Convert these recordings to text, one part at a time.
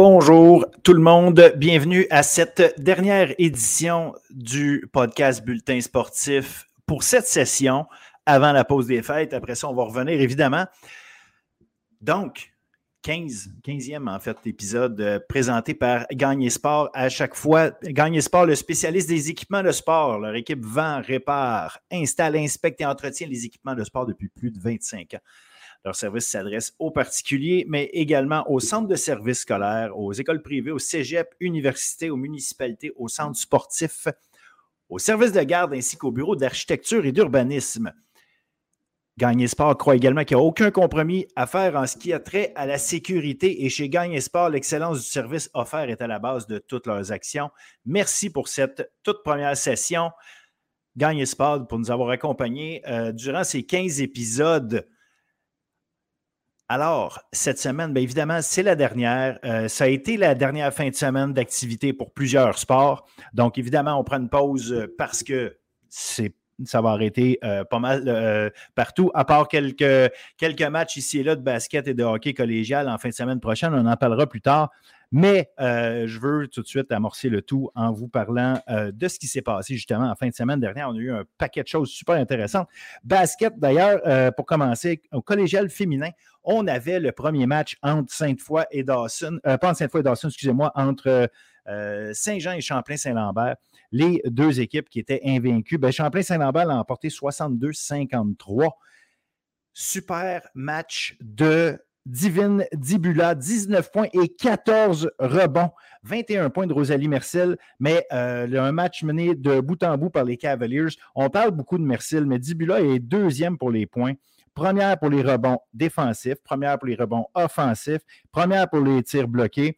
Bonjour tout le monde, bienvenue à cette dernière édition du podcast Bulletin sportif pour cette session avant la pause des fêtes. Après ça, on va revenir évidemment. Donc, 15e en fait épisode présenté par Gagné Sport. À chaque fois, Gagné Sport, le spécialiste des équipements de sport. Leur équipe vend, répare, installe, inspecte et entretient les équipements de sport depuis plus de 25 ans. Leur service s'adresse aux particuliers, mais également aux centres de services scolaires, aux écoles privées, aux cégeps, universités, aux municipalités, aux centres sportifs, aux services de garde ainsi qu'aux bureaux d'architecture et d'urbanisme. Gagné Sport croit également qu'il n'y a aucun compromis à faire en ce qui a trait à la sécurité et chez Gagné Sport, l'excellence du service offert est à la base de toutes leurs actions. Merci pour cette toute première session. Gagné Sport pour nous avoir accompagnés durant ces 15 épisodes. Alors, cette semaine, bien évidemment, c'est la dernière. Ça a été la dernière fin de semaine d'activité pour plusieurs sports. Donc, évidemment, on prend une pause parce que ça va arrêter pas mal partout, à part quelques matchs ici et là de basket et de hockey collégial en fin de semaine prochaine. On en parlera plus tard. Mais je veux tout de suite amorcer le tout en vous parlant de ce qui s'est passé justement en fin de semaine dernière. On a eu un paquet de choses super intéressantes. Basket, d'ailleurs, pour commencer, au collégial féminin, on avait le premier match entre Sainte-Foy et Dawson, pas entre Sainte-Foy et Dawson, excusez-moi, entre Saint-Jean et Champlain-Saint-Lambert, les deux équipes qui étaient invaincues. Bien, Champlain-Saint-Lambert l'a emporté 62-53. Super match de Divine Dibula, 19 points et 14 rebonds. 21 points de Rosalie Mercil, mais un match mené de bout en bout par les Cavaliers. On parle beaucoup de Mercil, mais Dibula est deuxième pour les points. Première pour les rebonds défensifs, première pour les rebonds offensifs, première pour les tirs bloqués.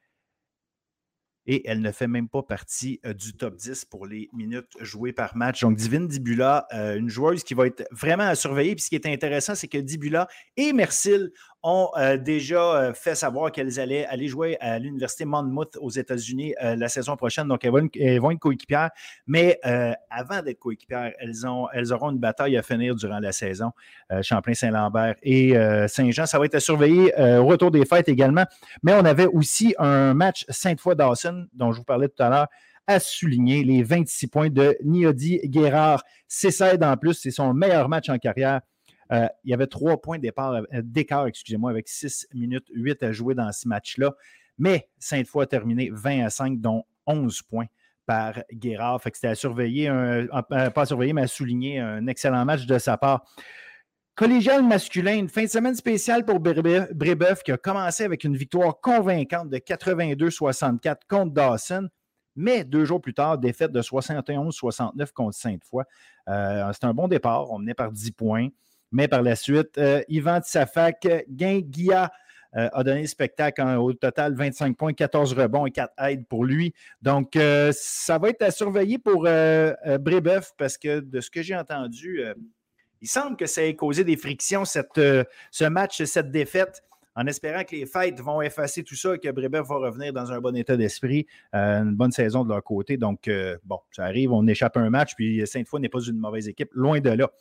Et elle ne fait même pas partie du top 10 pour les minutes jouées par match. Donc, Divine Dibula, une joueuse qui va être vraiment à surveiller. Puis ce qui est intéressant, c'est que Dibula et Mercil ont déjà fait savoir qu'elles allaient aller jouer à l'Université Monmouth aux États-Unis la saison prochaine. Donc, elles vont être coéquipières. Mais avant d'être coéquipières, elles auront une bataille à finir durant la saison. Champlain-Saint-Lambert et Saint-Jean, ça va être à surveiller au retour des fêtes également. Mais on avait aussi un match Sainte-Foy-Dawson, dont je vous parlais tout à l'heure, à souligner les 26 points de Niodi Guérard. C'est en plus, c'est son meilleur match en carrière. Il y avait 3 points d'écart, avec 6 minutes 8 à jouer dans ce match-là. Mais Sainte-Foy a terminé 20-5, dont 11 points par Guérard. Fait que c'était à surveiller, pas à surveiller, mais à souligner un excellent match de sa part. Collégial masculin, une fin de semaine spéciale pour Brébeuf qui a commencé avec une victoire convaincante de 82-64 contre Dawson. Mais 2 jours plus tard, défaite de 71-69 contre Sainte-Foy. C'est un bon départ. On menait par 10 points. Mais par la suite, Yvan Tsafak Guinguia a donné le spectacle au total 25 points, 14 rebonds et 4 aides pour lui. Donc, ça va être à surveiller pour Brébeuf parce que de ce que j'ai entendu, il semble que ça ait causé des frictions, ce match, cette défaite, en espérant que les fêtes vont effacer tout ça et que Brébeuf va revenir dans un bon état d'esprit, une bonne saison de leur côté. Donc, bon, ça arrive, on échappe à un match, puis Sainte-Foy n'est pas une mauvaise équipe, loin de là.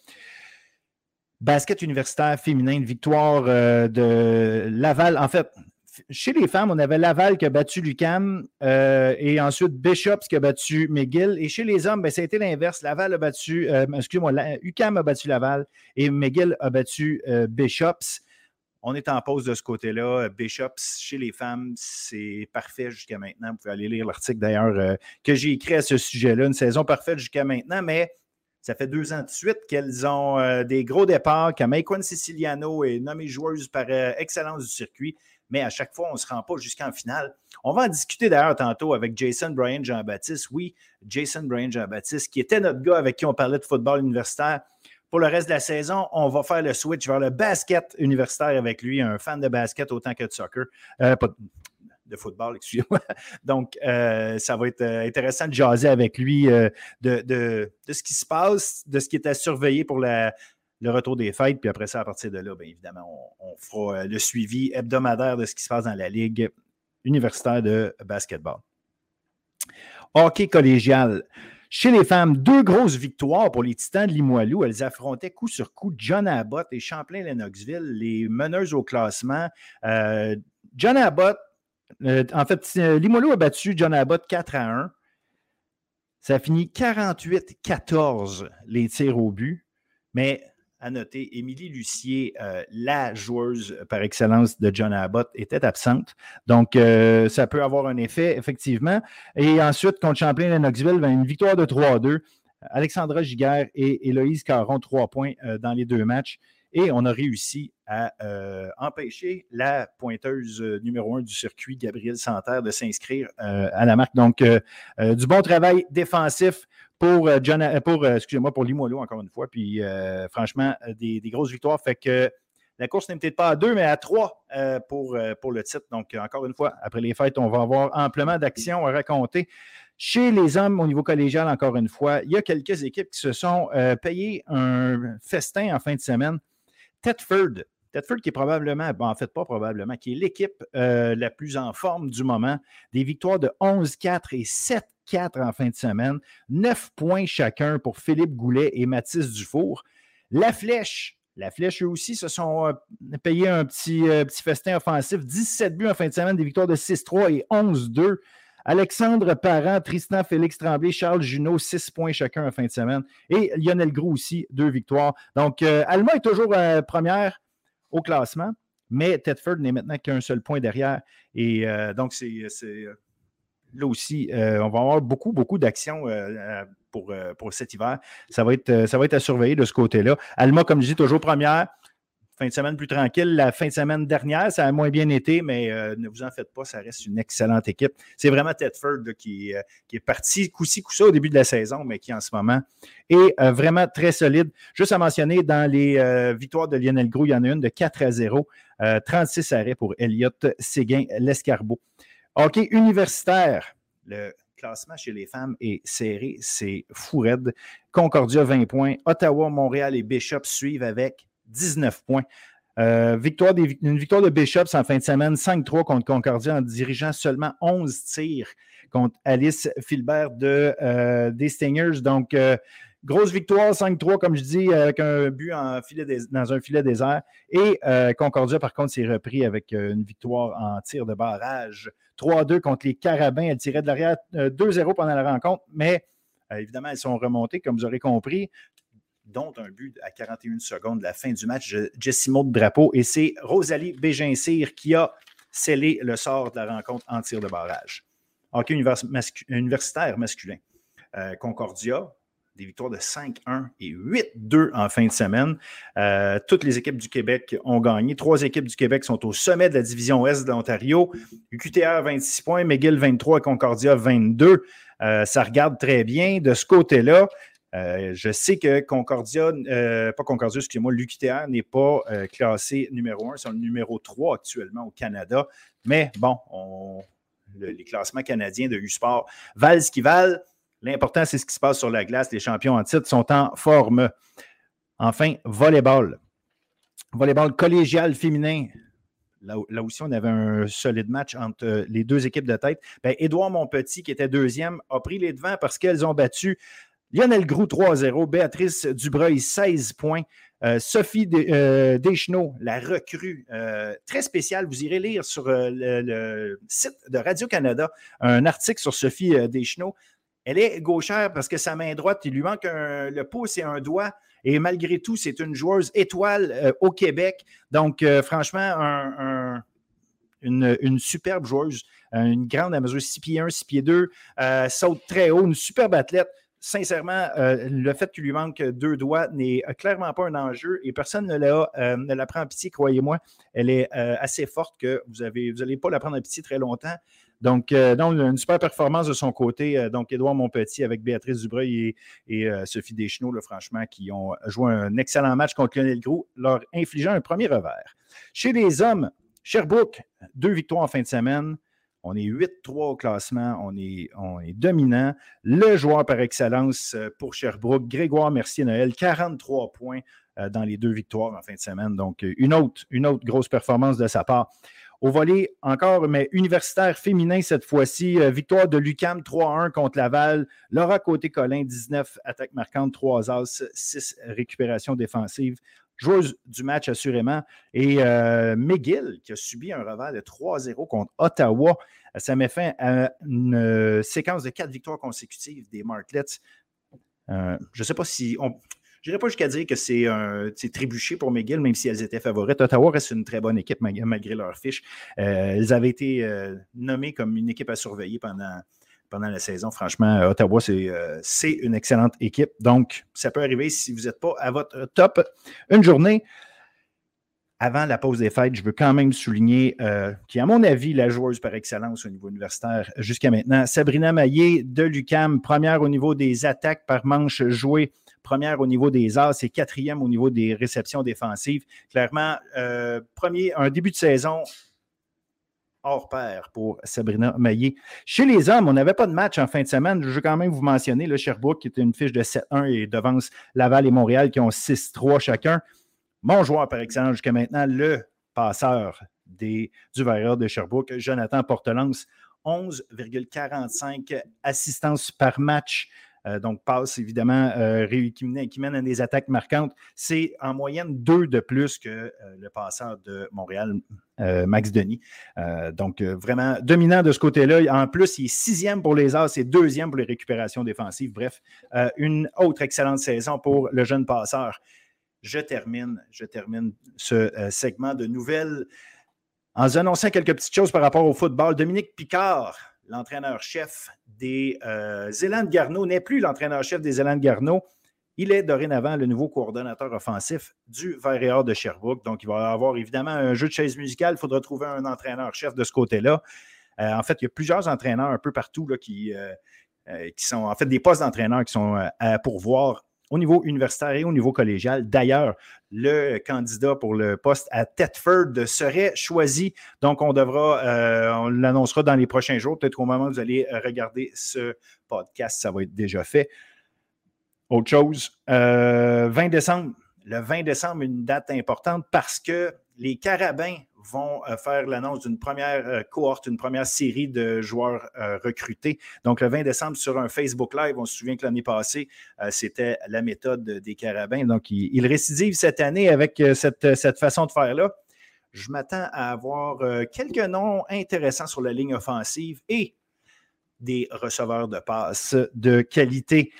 Basket universitaire féminin, une victoire de Laval. En fait, chez les femmes, on avait Laval qui a battu l'UQAM et ensuite Bishops qui a battu McGill. Et chez les hommes, ça a été l'inverse. Laval a battu, UQAM a battu Laval et McGill a battu Bishops. On est en pause de ce côté-là. Bishops, chez les femmes, c'est parfait jusqu'à maintenant. Vous pouvez aller lire l'article d'ailleurs que j'ai écrit à ce sujet-là. Une saison parfaite jusqu'à maintenant, mais ça fait 2 ans de suite qu'elles ont des gros départs, que Maïkwan Siciliano est nommée joueuse par excellence du circuit, mais à chaque fois, on ne se rend pas jusqu'en finale. On va en discuter d'ailleurs tantôt avec Jason Bryan Jean-Baptiste. Oui, Jason Bryan Jean-Baptiste, qui était notre gars avec qui on parlait de football universitaire. Pour le reste de la saison, on va faire le switch vers le basket universitaire avec lui, un fan de basket autant que de soccer. De football, excusez-moi. Donc, ça va être intéressant de jaser avec lui de ce qui se passe, de ce qui est à surveiller pour le retour des fêtes. Puis après ça, à partir de là, bien évidemment, on fera le suivi hebdomadaire de ce qui se passe dans la Ligue universitaire de basketball. Hockey collégial. Chez les femmes, 2 grosses victoires pour les Titans de Limoilou. Elles affrontaient coup sur coup John Abbott et Champlain-Lennoxville, les meneuses au classement. John Abbott, En fait, Limoilou a battu John Abbott 4-1. Ça a fini 48-14 les tirs au but. Mais à noter, Émilie Lucier, la joueuse par excellence de John Abbott, était absente. Donc, ça peut avoir un effet, effectivement. Et ensuite, contre Champlain-Lennoxville, une victoire de 3-2. Alexandra Giguère et Héloïse Caron, 3 points dans les 2 matchs. Et on a réussi à empêcher la pointeuse numéro 1 du circuit, Gabrielle Santerre, de s'inscrire à la marque. Donc, du bon travail défensif pour Limoilou, encore une fois. Puis, franchement, des grosses victoires. Fait que la course n'est peut-être pas à 2, mais à 3 pour le titre. Donc, encore une fois, après les fêtes, on va avoir amplement d'actions à raconter. Chez les hommes, au niveau collégial, encore une fois, il y a quelques équipes qui se sont payées un festin en fin de semaine. Thetford, qui est probablement, en fait pas probablement, qui est l'équipe la plus en forme du moment. Des victoires de 11-4 et 7-4 en fin de semaine. 9 points chacun pour Philippe Goulet et Mathis Dufour. La Flèche, eux aussi, se sont payés un petit festin offensif. 17 buts en fin de semaine, des victoires de 6-3 et 11-2. Alexandre Parent, Tristan Félix Tremblay, Charles Junot, 6 points chacun en fin de semaine. Et Lionel Groux aussi, 2 victoires. Donc, Alma est toujours première au classement, mais Thetford n'est maintenant qu'un seul point derrière. Et donc, c'est là aussi, on va avoir beaucoup d'actions pour cet hiver. Ça va être à surveiller de ce côté-là. Alma, comme je dis, toujours première. Fin de semaine plus tranquille. La fin de semaine dernière, ça a moins bien été, mais ne vous en faites pas, ça reste une excellente équipe. C'est vraiment Thetford qui est parti coup-ci, coup-ça au début de la saison, mais qui en ce moment est vraiment très solide. Juste à mentionner, dans les victoires de Lionel Groux, il y en a une de 4-0, 36 arrêts pour Elliott Séguin-Lescarbot. Hockey universitaire, le classement chez les femmes est serré, c'est fou raide. Concordia, 20 points. Ottawa, Montréal et Bishop suivent avec 19 points. Une victoire de Bishops en fin de semaine, 5-3 contre Concordia en dirigeant seulement 11 tirs contre Alice Filbert des Stingers. Donc, grosse victoire, 5-3, comme je dis, avec un but dans un filet désert. Et Concordia, par contre, s'est repris avec une victoire en tir de barrage. 3-2 contre les Carabins. Elle tirait de l'arrière 2-0 pendant la rencontre, mais évidemment, elles sont remontées, comme vous aurez compris, dont un but à 41 secondes de la fin du match, Jessimo de Drapeau. Et c'est Rosalie Bégin-Cyr qui a scellé le sort de la rencontre en tir de barrage. Hockey universitaire masculin. Concordia, des victoires de 5-1 et 8-2 en fin de semaine. Toutes les équipes du Québec ont gagné. 3 équipes du Québec sont au sommet de la division Ouest de l'Ontario. UQTR, 26 points. McGill, 23 et Concordia, 22. Ça regarde très bien de ce côté-là. Je sais que l'UQTR n'est pas classé numéro 1, c'est le numéro 3 actuellement au Canada. Mais bon, les classements canadiens de U-Sport valent ce qu'ils valent. L'important, c'est ce qui se passe sur la glace. Les champions en titre sont en forme. Enfin, volleyball. Volleyball collégial féminin. Là aussi, on avait un solide match entre les 2 équipes de tête. Édouard Montpetit, qui était 2e, a pris les devants parce qu'elles ont battu Lionel Groux, 3-0. Béatrice Dubreuil, 16 points. Sophie Deschenaux, la recrue, très spéciale. Vous irez lire sur le site de Radio-Canada un article sur Sophie Deschenaux. Elle est gauchère parce que sa main droite, il lui manque le pouce et un doigt. Et malgré tout, c'est une joueuse étoile au Québec. Donc, franchement, une superbe joueuse. Une grande, à mesure 6 pieds 1, 6 pieds 2. Saute très haut, une superbe athlète. Sincèrement, le fait qu'il lui manque 2 doigts n'est clairement pas un enjeu et personne ne la prend en pitié, croyez-moi. Elle est assez forte que vous n'allez pas la prendre en pitié très longtemps. Donc, une super performance de son côté. Donc, Édouard Montpetit avec Béatrice Dubreuil et Sophie Deschenaux, là, franchement, qui ont joué un excellent match contre Lionel Groux, leur infligeant un premier revers. Chez les hommes, Sherbrooke, 2 victoires en fin de semaine. On est 8-3 au classement, on est dominant. Le joueur par excellence pour Sherbrooke, Grégoire Mercier-Noël, 43 points dans les 2 victoires en fin de semaine. Donc, une autre grosse performance de sa part. Au volley, encore, mais universitaire féminin cette fois-ci. Victoire de l'UQAM 3-1 contre Laval. Laura Côté-Collin, 19 attaques marquantes, 3 as, 6 récupérations défensives. joueuse du match assurément. Et McGill, qui a subi un revers de 3-0 contre Ottawa, ça met fin à une séquence de 4 victoires consécutives des Martlets. Je ne sais pas si je n'irai pas jusqu'à dire que c'est trébuché pour McGill, même si elles étaient favorites. Ottawa reste une très bonne équipe malgré leur fiche. Elles avaient été nommées comme une équipe à surveiller pendant la saison. Franchement, Ottawa, c'est une excellente équipe. Donc, ça peut arriver si vous n'êtes pas à votre top une journée. Avant la pause des fêtes, je veux quand même souligner qui est, à mon avis, la joueuse par excellence au niveau universitaire jusqu'à maintenant. Sabrina Maillé de l'UQAM, première au niveau des attaques par manche jouées, première au niveau des asses et quatrième au niveau des réceptions défensives. Clairement, un début de saison hors pair pour Sabrina Maillé. Chez les hommes, on n'avait pas de match en fin de semaine. Je veux quand même vous mentionner le Sherbrooke qui était une fiche de 7-1 et devance Laval et Montréal qui ont 6-3 chacun. Mon joueur par excellence jusqu'à maintenant, le passeur du Varia de Sherbrooke, Jonathan Portelance, 11,45 assistances par match. Donc, passe évidemment qui mène à des attaques marquantes. C'est en moyenne 2 de plus que le passeur de Montréal, Max Denis. Donc, vraiment dominant de ce côté-là. En plus, il est 6e pour les As et 2e pour les récupérations défensives. Bref, une autre excellente saison pour le jeune passeur. Je termine ce segment de nouvelles en vous annonçant quelques petites choses par rapport au football. Dominique Picard, l'entraîneur-chef des Élans de Garneau, n'est plus l'entraîneur-chef des Élans de Garneau. Il est dorénavant le nouveau coordonnateur offensif du Varia de Sherbrooke. Donc, il va y avoir évidemment un jeu de chaise musicale. Il faudra trouver un entraîneur-chef de ce côté-là. En fait, il y a plusieurs entraîneurs un peu partout là, qui sont en fait des postes d'entraîneurs qui sont à pourvoir au niveau universitaire et au niveau collégial. D'ailleurs, le candidat pour le poste à Thetford serait choisi. Donc, on l'annoncera dans les prochains jours. Peut-être qu'au moment où vous allez regarder ce podcast, ça va être déjà fait. Autre chose, 20 décembre. Le 20 décembre, une date importante parce que les Carabins vont faire l'annonce d'une première cohorte, une première série de joueurs recrutés. Donc, le 20 décembre, sur un Facebook Live, on se souvient que l'année passée, c'était la méthode des Carabins. Donc, ils récidivent cette année avec cette façon de faire-là. Je m'attends à avoir quelques noms intéressants sur la ligne offensive et des receveurs de passes de qualité.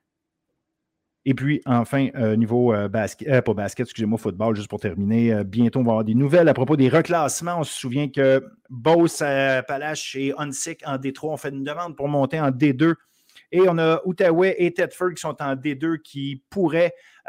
Et puis, enfin, niveau football, juste pour terminer, bientôt, on va avoir des nouvelles à propos des reclassements. On se souvient que Beauce, Appalaches et Huntsic en D3 ont fait une demande pour monter en D2. Et on a Outaouais et Thetford qui sont en D2 qui pourraient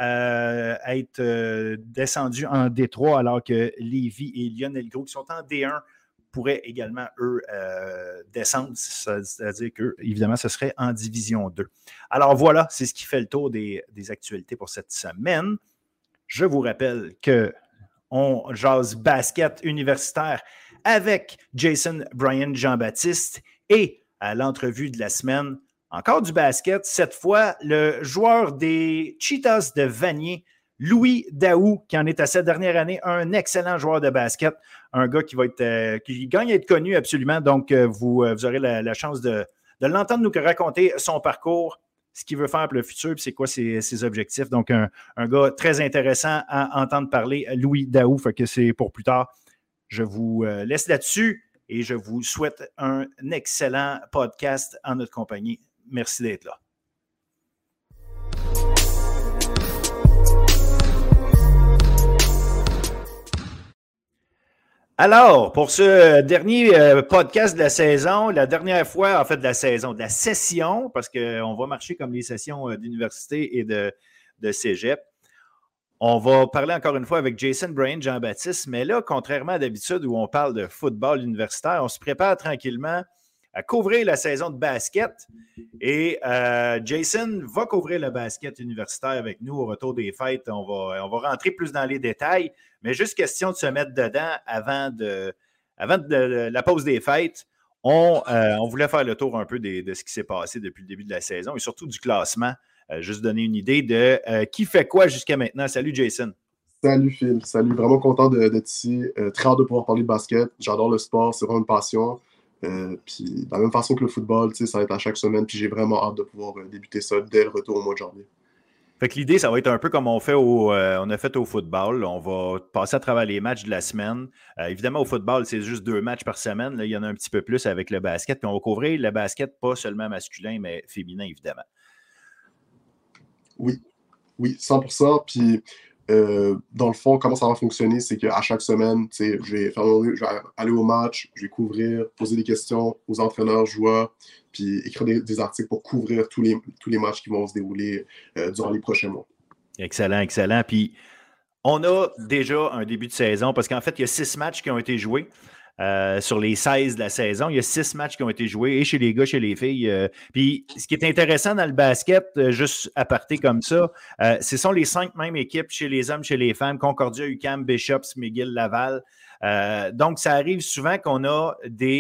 être descendus en D3, alors que Lévis et Lionel-Gros qui sont en D1 pourraient également, eux, descendre. C'est-à-dire qu'évidemment, ce serait en Division 2. Alors voilà, c'est ce qui fait le tour des actualités pour cette semaine. Je vous rappelle qu'on jase basket universitaire avec Jason Bryan Jean-Baptiste et à l'entrevue de la semaine, encore du basket. Cette fois, le joueur des Cheetahs de Vanier, Louis Daou, qui en est à sa dernière année, un excellent joueur de basket, un gars qui gagne à être connu absolument. Donc, vous aurez la chance de l'entendre nous raconter son parcours, ce qu'il veut faire pour le futur, puis c'est quoi ses objectifs. Donc, un gars très intéressant à entendre parler, Louis Daou. Fait que c'est pour plus tard. Je vous laisse là-dessus et je vous souhaite un excellent podcast en notre compagnie. Merci d'être là. Alors, pour ce dernier podcast de la saison, la dernière fois, en fait, de la session, parce qu'on va marcher comme les sessions d'université et de cégep, on va parler encore une fois avec Jason Bryan Jean-Baptiste, mais là, contrairement à d'habitude où on parle de football universitaire, on se prépare tranquillement à couvrir la saison de basket. Et Jason va couvrir le basket universitaire avec nous au retour des fêtes. On va rentrer plus dans les détails, mais juste question de se mettre dedans avant de la pause des fêtes. On voulait faire le tour un peu de ce qui s'est passé depuis le début de la saison et surtout du classement. Juste donner une idée de qui fait quoi jusqu'à maintenant. Salut Jason. Salut Phil, salut. Vraiment content d'être ici. Très hâte de pouvoir parler de basket. J'adore le sport, c'est vraiment une passion. Puis de la même façon que le football, ça va être à chaque semaine. Puis j'ai vraiment hâte de pouvoir débuter ça dès le retour au mois de janvier. Fait que l'idée, ça va être un peu comme on a fait au football. On va passer à travers les matchs de la semaine. Évidemment, au football, c'est juste 2 matchs par semaine. Là, il y en a un petit peu plus avec le basket. Puis on va couvrir le basket, pas seulement masculin, mais féminin, évidemment. Oui, oui, 100%. Puis, dans le fond, comment ça va fonctionner, c'est qu'à chaque semaine, je vais faire mon mieux, je vais aller au match, je vais couvrir, poser des questions aux entraîneurs, joueurs, puis écrire des articles pour couvrir tous les matchs qui vont se dérouler durant les prochains mois. Excellent, excellent. Puis, on a déjà un début de saison parce qu'en fait, il y a 6 matchs qui ont été joués. Sur les 16 de la saison, il y a 6 matchs qui ont été joués, et chez les gars, chez les filles. Puis, ce qui est intéressant dans le basket, juste à partir comme ça, ce sont les 5 mêmes équipes chez les hommes, chez les femmes, Concordia, UQAM, Bishops, McGill, Laval. Donc, ça arrive souvent qu'on a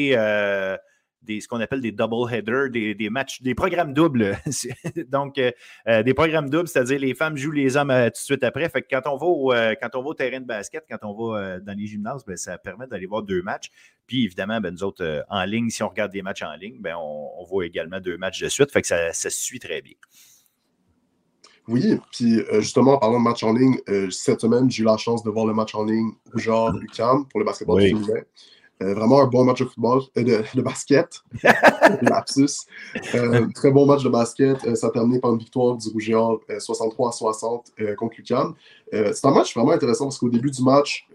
ce qu'on appelle des double-headers, des matchs, des programmes doubles. Donc, des programmes doubles, c'est-à-dire les femmes jouent les hommes tout de suite après. Fait que quand on va au terrain de basket, quand on va dans les gymnases, ben, ça permet d'aller voir 2 matchs. Puis, évidemment, ben, nous autres, en ligne, si on regarde des matchs en ligne, ben, on voit également 2 matchs de suite. Fait que ça se suit très bien. Oui, puis justement, en parlant de match en ligne, cette semaine, j'ai eu la chance de voir le match en ligne UQAM pour le basketball féminin. Vraiment un bon match de football, de basket. Lapsus. Très bon match de basket. Ça a terminé par une victoire du Rouge et Or 63-60 contre l'UQAM. C'est un match vraiment intéressant parce qu'au début du match,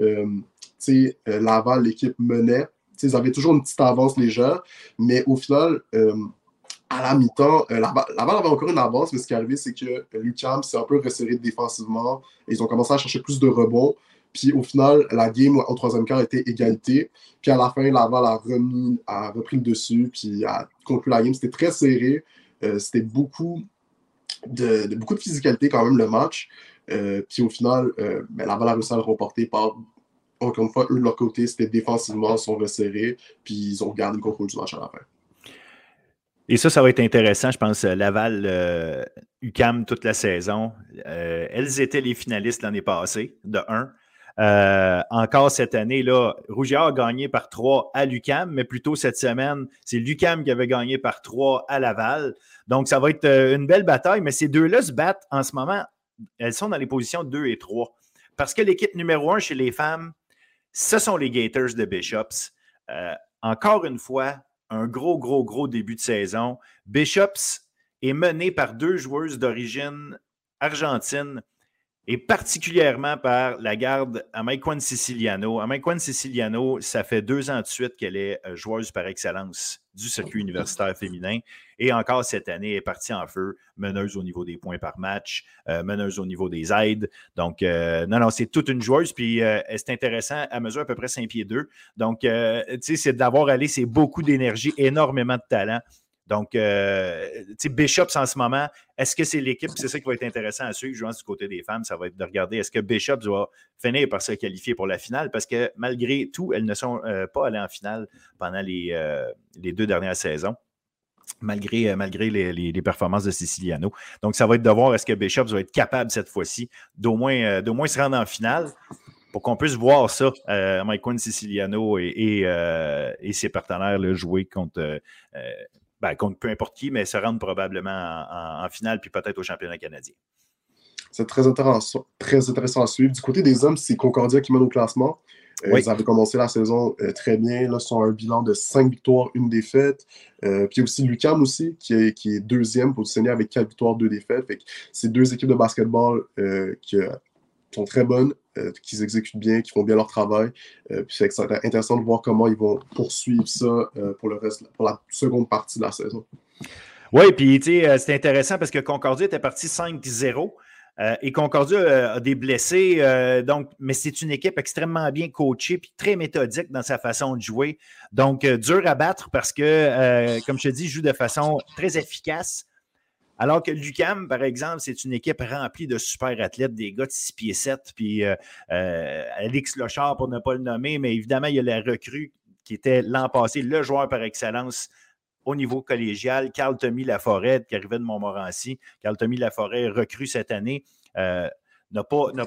Laval, l'équipe menait. Ils avaient toujours une petite avance légère, mais au final, à la mi-temps, Laval avait encore une avance, mais ce qui est arrivé, c'est que l'UQAM s'est un peu resserré défensivement. Ils ont commencé à chercher plus de rebonds. Puis au final, la game au troisième quart était égalité. Puis à la fin, Laval a repris le dessus, puis a conclu la game. C'était très serré. C'était beaucoup de physicalité quand même, le match. Puis au final, Laval a réussi à le remporter par, encore une fois, eux de leur côté, c'était défensivement, ils sont resserrés, puis ils ont gardé le contrôle du match à la fin. Et ça va être intéressant, je pense, Laval, UQAM toute la saison. Elles étaient les finalistes l'année passée, de 1. Encore cette année, là, Rougiard a gagné par 3 à l'UQAM, mais plutôt cette semaine, c'est l'UQAM qui avait gagné par 3 à Laval. Donc, ça va être une belle bataille, mais ces deux-là se battent en ce moment. Elles sont dans les positions 2 et 3. Parce que l'équipe numéro 1 chez les femmes, ce sont les Gators de Bishops. Encore une fois, un gros début de saison. Bishops est mené par 2 joueuses d'origine argentine et particulièrement par la garde Amaikwan Siciliano. Amaikwan Siciliano, ça fait 2 ans de suite qu'elle est joueuse par excellence du circuit universitaire féminin. Et encore cette année, elle est partie en feu, meneuse au niveau des points par match, meneuse au niveau des aides. Donc, non, c'est toute une joueuse. Puis, c'est intéressant, elle mesure à peu près 5 pieds 2. Donc, tu sais, c'est d'avoir allé, c'est beaucoup d'énergie, énormément de talent. Donc, tu sais, Bishops en ce moment, est-ce que c'est l'équipe? C'est ça qui va être intéressant à suivre, jouant du côté des femmes, ça va être de regarder est-ce que Bishops va finir par se qualifier pour la finale? Parce que malgré tout, elles ne sont pas allées en finale pendant les 2 dernières saisons, malgré les performances de Siciliano. Donc, ça va être de voir est-ce que Bishops va être capable cette fois-ci d'au moins se rendre en finale pour qu'on puisse voir ça, Amaikwan Siciliano et ses partenaires là, jouer contre peu importe qui, mais se rendre probablement en finale, puis peut-être au championnat canadien. C'est très intéressant à suivre. Du côté des hommes, c'est Concordia qui mène au classement. Oui. Ils avaient commencé la saison très bien. Là, ils sont à un bilan de 5 victoires, 1 défaite. Puis aussi l'UQAM aussi, qui est deuxième positionné avec 4 victoires, 2 défaites. Fait que c'est 2 équipes de basketball qui sont très bonnes, qui exécutent bien, qui font bien leur travail. Puis c'est intéressant de voir comment ils vont poursuivre ça pour la seconde partie de la saison. Oui, puis tu sais, c'est intéressant parce que Concordia était parti 5-0. Et Concordia a des blessés, mais c'est une équipe extrêmement bien coachée puis très méthodique dans sa façon de jouer. Donc, dur à battre parce que, comme je te dis, joue de façon très efficace. Alors que l'UQAM, par exemple, c'est une équipe remplie de super athlètes, des gars de 6 pieds 7, puis Alex Lochard, pour ne pas le nommer, mais évidemment, il y a la recrue qui était l'an passé, le joueur par excellence au niveau collégial, Carl-Tommy Laforêt, qui arrivait de Montmorency. Carl-Tommy Laforêt recrue cette année. ne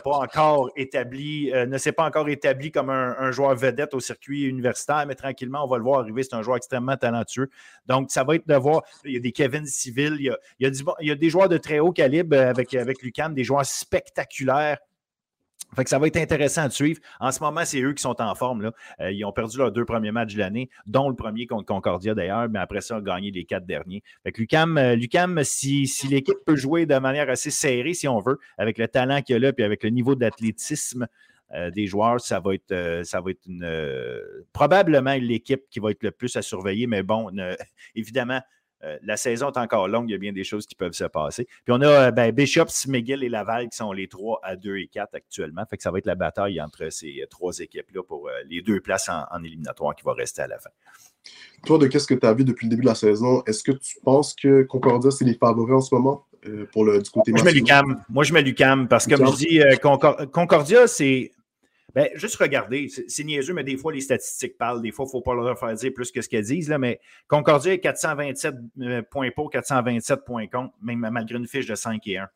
s'est pas encore établi comme un joueur vedette au circuit universitaire, mais tranquillement, on va le voir arriver. C'est un joueur extrêmement talentueux. Donc, ça va être de voir. Il y a des Kevin Civil, il y a des joueurs de très haut calibre avec l'UQAM, des joueurs spectaculaires. Fait que ça va être intéressant à suivre. En ce moment, c'est eux qui sont en forme. Là. Ils ont perdu leurs 2 premiers matchs de l'année, dont le premier contre Concordia d'ailleurs, mais après ça, ils ont gagné les 4 derniers. Fait que l'UQAM, si l'équipe peut jouer de manière assez serrée, si on veut, avec le talent qu'il y a là, puis avec le niveau d'athlétisme des joueurs, ça va être probablement l'équipe qui va être le plus à surveiller. Mais bon, évidemment, la saison est encore longue, il y a bien des choses qui peuvent se passer. Puis on a Bishops, McGill et Laval qui sont les 3 à 2 et 4 actuellement. Fait que ça va être la bataille entre ces 3 équipes-là pour les 2 places en éliminatoire qui va rester à la fin. Toi, de qu'est-ce que tu as vu depuis le début de la saison, est-ce que tu penses que Concordia, c'est les favoris en ce moment du côté masculin? Moi, je mets l'UQAM parce que, comme je dis, Concordia, c'est... Ben, juste regarder, c'est niaiseux, mais des fois, les statistiques parlent. Des fois, il ne faut pas leur faire dire plus que ce qu'elles disent. Là, mais Concordia est 427 points pour, 427 points contre, même malgré une fiche de 5 et 1.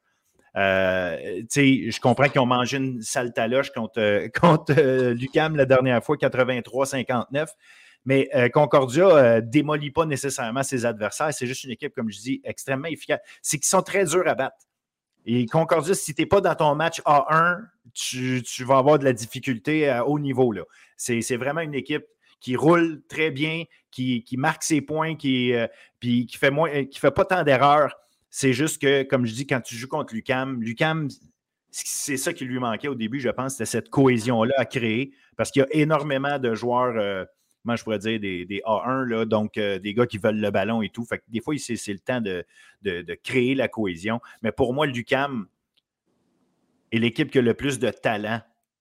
Je comprends qu'ils ont mangé une sale taloche contre l'UQAM la dernière fois, 83-59. Mais Concordia ne démolit pas nécessairement ses adversaires. C'est juste une équipe, comme je dis, extrêmement efficace. C'est qu'ils sont très durs à battre. Et Concordia, si tu n'es pas dans ton match A1, tu vas avoir de la difficulté à haut niveau. Là. C'est vraiment une équipe qui roule très bien, qui marque ses points, puis qui fait pas tant d'erreurs. C'est juste que, comme je dis, quand tu joues contre l'UQAM, c'est ça qui lui manquait au début, je pense, c'était cette cohésion-là à créer, parce qu'il y a énormément de joueurs... comment je pourrais dire, des A1, là, donc des gars qui veulent le ballon et tout. Fait que des fois, c'est le temps de créer la cohésion. Mais pour moi, l'UQAM est l'équipe qui a le plus de talent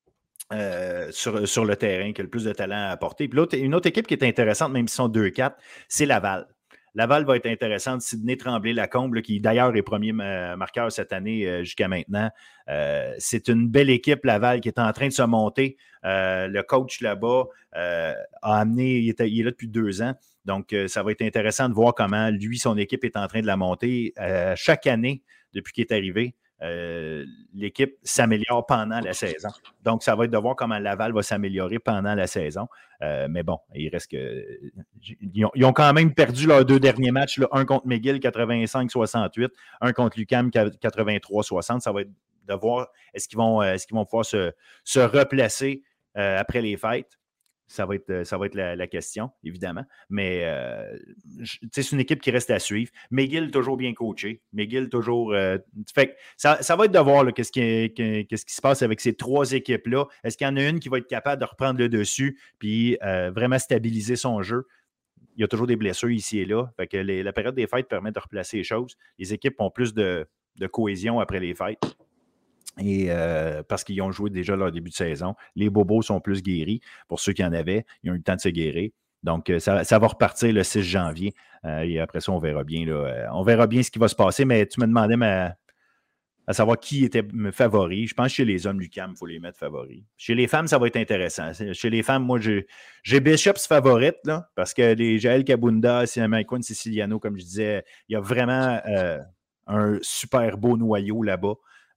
sur le terrain, qui a le plus de talent à apporter. Puis une autre équipe qui est intéressante, même s'ils sont 2-4, c'est Laval. Laval va être intéressante. Sidney Tremblay-Lacombe, qui d'ailleurs est premier marqueur cette année jusqu'à maintenant. C'est une belle équipe, Laval, qui est en train de se monter. Le coach là-bas a amené, il est là depuis 2 ans. Donc, ça va être intéressant de voir comment lui, son équipe est en train de la monter. Chaque année, depuis qu'il est arrivé, l'équipe s'améliore pendant la saison. Donc, ça va être de voir comment Laval va s'améliorer pendant la saison. Mais bon, il reste que... Ils ont quand même perdu leurs 2 derniers matchs, là, un contre McGill, 85-68, un contre l'UQAM, 83-60. Ça va être de voir est-ce qu'ils vont pouvoir se replacer après les fêtes. Ça va être la question, évidemment. Mais c'est une équipe qui reste à suivre. McGill, toujours bien coaché. McGill, toujours... fait ça va être de voir qu'est-ce qui se passe avec ces 3 équipes-là. Est-ce qu'il y en a une qui va être capable de reprendre le dessus puis vraiment stabiliser son jeu? Il y a toujours des blessures ici et là. Fait que la période des fêtes permet de replacer les choses. Les équipes ont plus de cohésion après les fêtes. Et parce qu'ils ont joué déjà leur début de saison. Les bobos sont plus guéris. Pour ceux qui en avaient, ils ont eu le temps de se guérir. Donc, ça va repartir le 6 janvier. Et après ça, on verra bien. Là, on verra bien ce qui va se passer. Mais tu me demandais à savoir qui était favori. Je pense que chez les hommes, l'UQAM, il faut les mettre favoris. Chez les femmes, ça va être intéressant. Chez les femmes, moi, j'ai Bishops favorite, là, parce que les Jaël Kabunda, Maïkoun Siciliano, comme je disais, il y a vraiment un super beau noyau là-bas.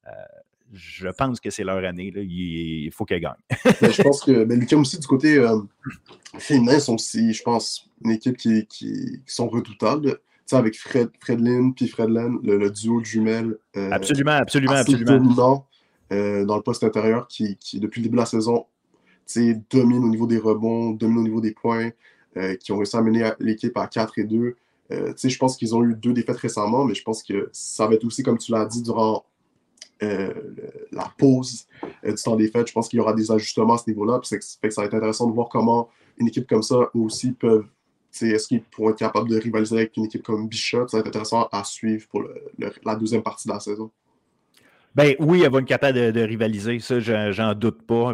Je pense que c'est leur année. Là. Il faut qu'elle gagne. Je pense que l'UQAM aussi, du côté féminin, sont aussi, je pense, une équipe qui sont redoutables. Avec Fredlin puis Fredlen, le duo de jumelles. Absolument. Dominant dans le poste intérieur qui, depuis le début de la saison, domine au niveau des rebonds, domine au niveau des points, qui ont réussi à mener l'équipe à 4-2. Je pense qu'ils ont eu 2 défaites récemment, mais je pense que ça va être aussi, comme tu l'as dit, durant la pause du temps des fêtes. Je pense qu'il y aura des ajustements à ce niveau-là. Fait que ça va être intéressant de voir comment une équipe comme ça aussi peuvent. Est-ce qu'ils pourront être capables de rivaliser avec une équipe comme Bishop? Ça va être intéressant à suivre pour la deuxième partie de la saison. Ben oui, elles vont être capables de rivaliser, ça, j'en doute pas.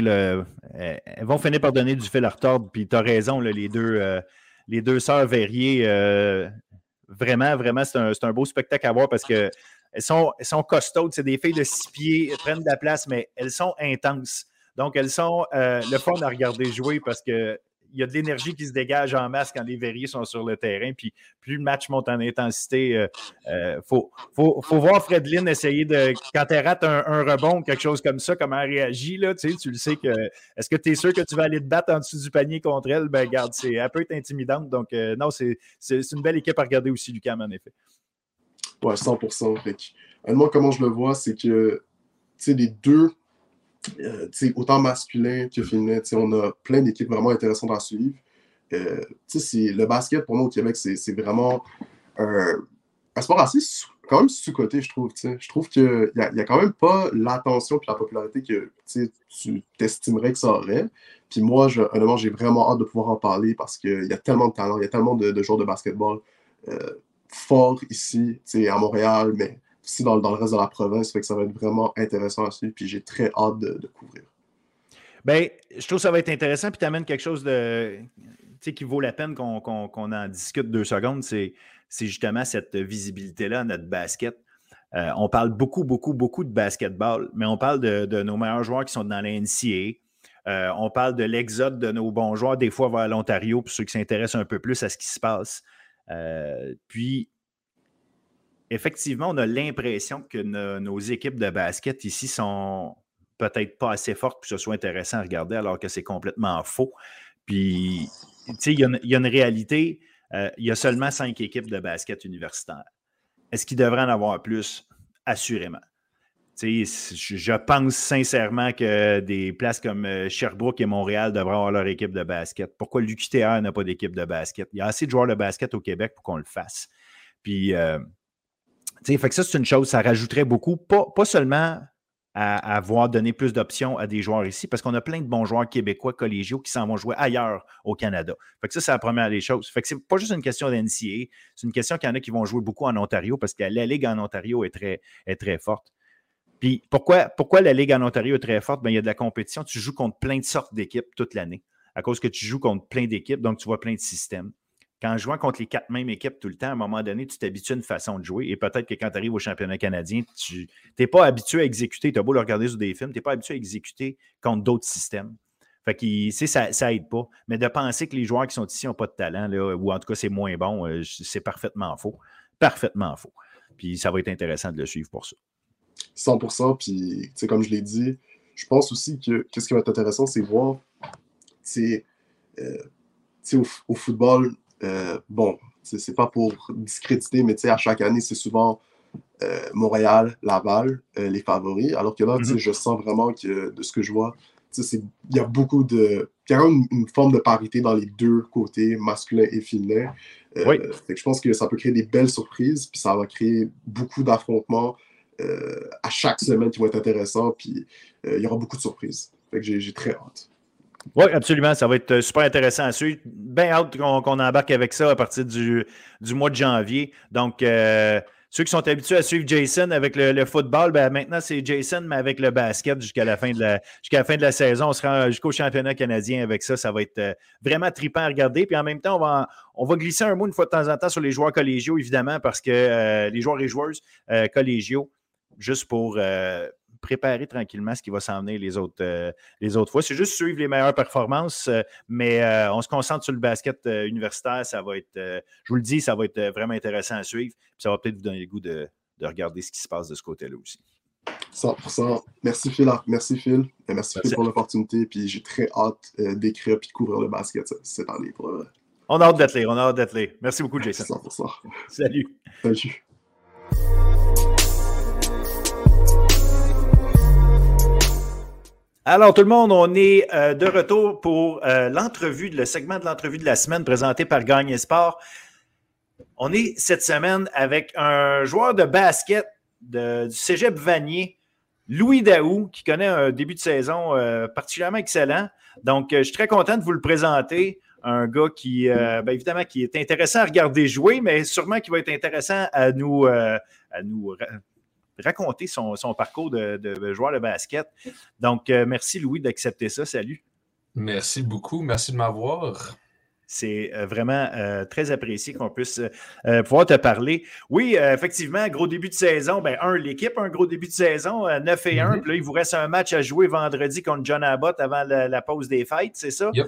Elles vont finir par donner du fil à retordre. Puis tu as raison, là, les deux sœurs Verrier, vraiment, c'est un beau spectacle à voir parce que elles sont costaudes, c'est des filles de 6 pieds, elles prennent de la place, mais elles sont intenses. Donc, elles sont le fun à regarder jouer parce que y a de l'énergie qui se dégage en masse quand les Verriers sont sur le terrain. Puis plus le match monte en intensité, faut voir Fredlin essayer de, quand elle rate un rebond, quelque chose comme ça, comment elle réagit, là, tu le sais que, est-ce que tu es sûr que tu vas aller te battre en dessous du panier contre elle? Ben, regarde, elle peut être intimidante. Donc, non, c'est une belle équipe à regarder aussi, l'UQAM, en effet. Ouais, 100%. Moi, comment je le vois, c'est que, les deux, autant masculin que féminin, on a plein d'équipes vraiment intéressantes à suivre. Le basket, pour moi, au Québec, c'est vraiment un sport assez quand même sous-coté, je trouve. Je trouve qu'il n'y a quand même pas l'attention et la popularité que tu t'estimerais que ça aurait. Puis moi, honnêtement, j'ai vraiment hâte de pouvoir en parler parce qu'il y a tellement de talent, il y a tellement de joueurs de basketball forts ici, à Montréal, mais aussi dans le reste de la province. Fait que ça va être vraiment intéressant à suivre. Puis j'ai très hâte de couvrir. Bien, je trouve que ça va être intéressant. Puis tu amènes quelque chose qui vaut la peine qu'on en discute 2 secondes. C'est justement cette visibilité-là à notre basket. On parle beaucoup de basketball, mais on parle de nos meilleurs joueurs qui sont dans la NCAA. On parle de l'exode de nos bons joueurs, des fois vers l'Ontario, pour ceux qui s'intéressent un peu plus à ce qui se passe. Puis, effectivement, on a l'impression que nos équipes de basket ici sont peut-être pas assez fortes pour que ce soit intéressant à regarder, alors que c'est complètement faux. Puis, tu sais, il y a une réalité. Il y a seulement 5 équipes de basket universitaire. Est-ce qu'il devrait en avoir plus? Assurément. Je pense sincèrement que des places comme Sherbrooke et Montréal devraient avoir leur équipe de basket. Pourquoi l'UQTR n'a pas d'équipe de basket? Il y a assez de joueurs de basket au Québec pour qu'on le fasse. Puis, fait que ça, c'est une chose, ça rajouterait beaucoup, pas seulement à avoir donné plus d'options à des joueurs ici, parce qu'on a plein de bons joueurs québécois collégiaux qui s'en vont jouer ailleurs au Canada. Fait que ça, c'est la première des choses. Fait que c'est pas juste une question d'NCA, c'est une question qu'il y en a qui vont jouer beaucoup en Ontario, parce que la Ligue en Ontario est très forte. Puis pourquoi la Ligue en Ontario est très forte? Bien, il y a de la compétition. Tu joues contre plein de sortes d'équipes toute l'année, à cause que tu joues contre plein d'équipes, donc tu vois plein de systèmes. Quand jouant contre les 4 mêmes équipes tout le temps, à un moment donné, tu t'habitues à une façon de jouer. Et peut-être que quand tu arrives au championnat canadien, tu n'es pas habitué à exécuter. Tu as beau le regarder sur des films, tu n'es pas habitué à exécuter contre d'autres systèmes. Fait que ça aide pas. Mais de penser que les joueurs qui sont ici n'ont pas de talent, là, ou en tout cas c'est moins bon, c'est parfaitement faux. Parfaitement faux. Puis ça va être intéressant de le suivre pour ça. 100%. Puis, comme je l'ai dit, je pense aussi que ce qui va être intéressant, c'est voir, au football, bon, c'est pas pour discréditer, mais à chaque année, c'est souvent Montréal, Laval, les favoris. Alors que là, je sens vraiment que, de ce que je vois, il y a beaucoup de... Il y a quand même une forme de parité dans les deux côtés, masculin et féminin. Oui. Fait que je pense que ça peut créer des belles surprises, puis ça va créer beaucoup d'affrontements à chaque semaine qui vont être intéressants, puis il y aura beaucoup de surprises. Fait que j'ai très hâte. Oui, absolument. Ça va être super intéressant à suivre. Bien hâte qu'on embarque avec ça à partir du mois de janvier. Donc, ceux qui sont habitués à suivre Jason avec le football, ben maintenant, c'est Jason, mais avec le basket jusqu'à la fin de la saison. On sera jusqu'au championnat canadien avec ça. Ça va être vraiment trippant à regarder. Puis en même temps, on va glisser un mot une fois de temps en temps sur les joueurs collégiaux, évidemment, parce que les joueurs et joueuses collégiaux, juste pour préparer tranquillement ce qui va s'en venir les autres fois. C'est juste suivre les meilleures performances, mais on se concentre sur le basket universitaire. Ça va être, je vous le dis, ça va être vraiment intéressant à suivre. Puis ça va peut-être vous donner le goût de regarder ce qui se passe de ce côté-là aussi. 100%. Merci Phil. Merci Phil pour l'opportunité. Puis j'ai très hâte d'écrire et de couvrir le basket cette année. On a hâte d'être là. Merci beaucoup, Jason. 100%. Salut. Salut. Alors, tout le monde, on est de retour pour le segment de l'entrevue de la semaine présenté par Gagné Sport. On est cette semaine avec un joueur de basket du Cégep Vanier, Louis Daou, qui connaît un début de saison particulièrement excellent. Donc, je suis très content de vous le présenter. Un gars qui, évidemment, qui est intéressant à regarder jouer, mais sûrement qui va être intéressant à nous raconter son parcours de joueur de basket. Donc, merci Louis d'accepter ça. Salut. Merci beaucoup. Merci de m'avoir. C'est vraiment très apprécié qu'on puisse pouvoir te parler. Oui, effectivement, gros début de saison. L'équipe a un gros début de saison, 9-1. Puis là, il vous reste un match à jouer vendredi contre John Abbott avant la pause des fêtes, c'est ça? Yep.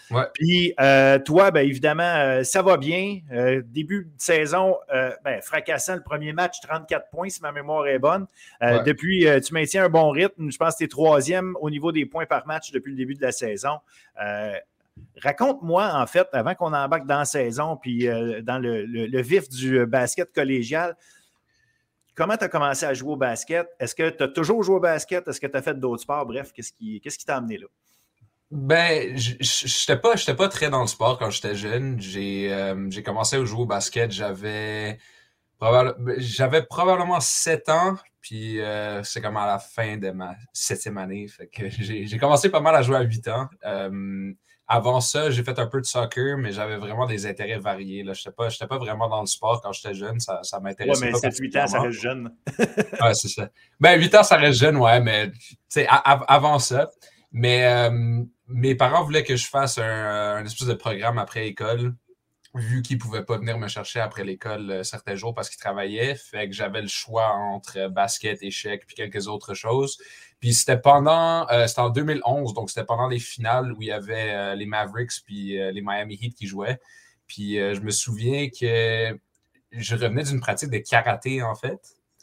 Ouais. Puis toi, bien évidemment, ça va bien. Début de saison, fracassant le premier match, 34 points si ma mémoire est bonne. Depuis, tu maintiens un bon rythme. Je pense que tu es troisième au niveau des points par match depuis le début de la saison. Raconte-moi, en fait, avant qu'on embarque dans la saison puis dans le vif du basket collégial, comment tu as commencé à jouer au basket? Est-ce que tu as toujours joué au basket? Est-ce que tu as fait d'autres sports? Bref, qu'est-ce qui t'a amené là? Ben, j'étais pas très dans le sport quand j'étais jeune. J'ai commencé à jouer au basket, j'avais probablement 7 ans, puis c'est comme à la fin de ma 7e année. Fait que j'ai commencé pas mal à jouer à 8 ans. Avant ça, j'ai fait un peu de soccer, mais j'avais vraiment des intérêts variés. Là. J'étais pas vraiment dans le sport quand j'étais jeune, ça m'intéressait pas. Ouais, mais 7-8 ans, ça reste jeune. Ouais, c'est ça. Ben, 8 ans, ça reste jeune, ouais, mais tu sais, avant ça. Mais mes parents voulaient que je fasse un espèce de programme après école, vu qu'ils ne pouvaient pas venir me chercher après l'école certains jours parce qu'ils travaillaient. Fait que j'avais le choix entre basket, échecs, puis quelques autres choses. Puis c'était en 2011, donc c'était pendant les finales où il y avait les Mavericks puis les Miami Heat qui jouaient. Puis je me souviens que je revenais d'une pratique de karaté, en fait.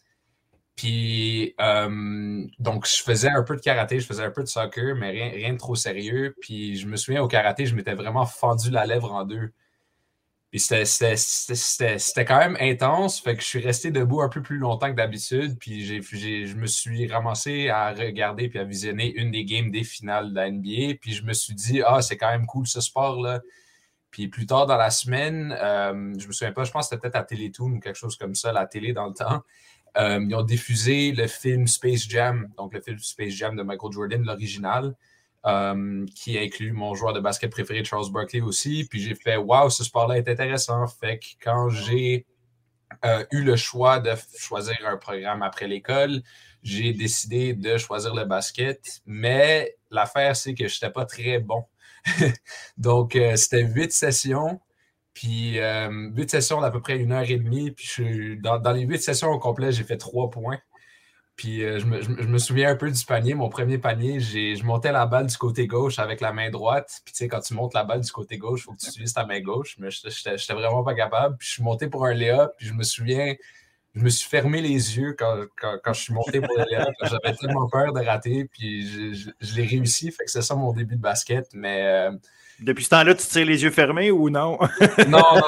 Puis, donc, je faisais un peu de karaté, je faisais un peu de soccer, mais rien de trop sérieux. Puis, je me souviens, au karaté, je m'étais vraiment fendu la lèvre en deux. Puis, c'était quand même intense. Fait que je suis resté debout un peu plus longtemps que d'habitude. Puis, je me suis ramassé à regarder puis à visionner une des games des finales de la NBA. Puis, je me suis dit, c'est quand même cool ce sport-là. Puis, plus tard dans la semaine, je me souviens pas, je pense que c'était peut-être à Télétoon ou quelque chose comme ça, la télé dans le temps. Ils ont diffusé le film Space Jam, donc le film Space Jam de Michael Jordan, l'original, qui inclut mon joueur de basket préféré, Charles Barkley aussi. Puis j'ai fait « Wow, ce sport-là est intéressant ». Fait que quand j'ai eu le choix de choisir un programme après l'école, j'ai décidé de choisir le basket. Mais l'affaire, c'est que je n'étais pas très bon. Donc, c'était 8 sessions. Puis 8 sessions d'à peu près 1h30. Puis dans les 8 sessions au complet, j'ai fait 3 points. Puis je me souviens un peu du panier. Mon premier panier, je montais la balle du côté gauche avec la main droite. Puis tu sais, quand tu montes la balle du côté gauche, il faut que tu utilises ta main gauche. Mais je n'étais vraiment pas capable. Puis je suis monté pour un layup. Puis je me souviens, je me suis fermé les yeux quand je suis monté pour le layup. J'avais tellement peur de rater. Puis je l'ai réussi. Fait que c'est ça mon début de basket. Mais... Depuis ce temps-là, tu tires les yeux fermés ou non? Non,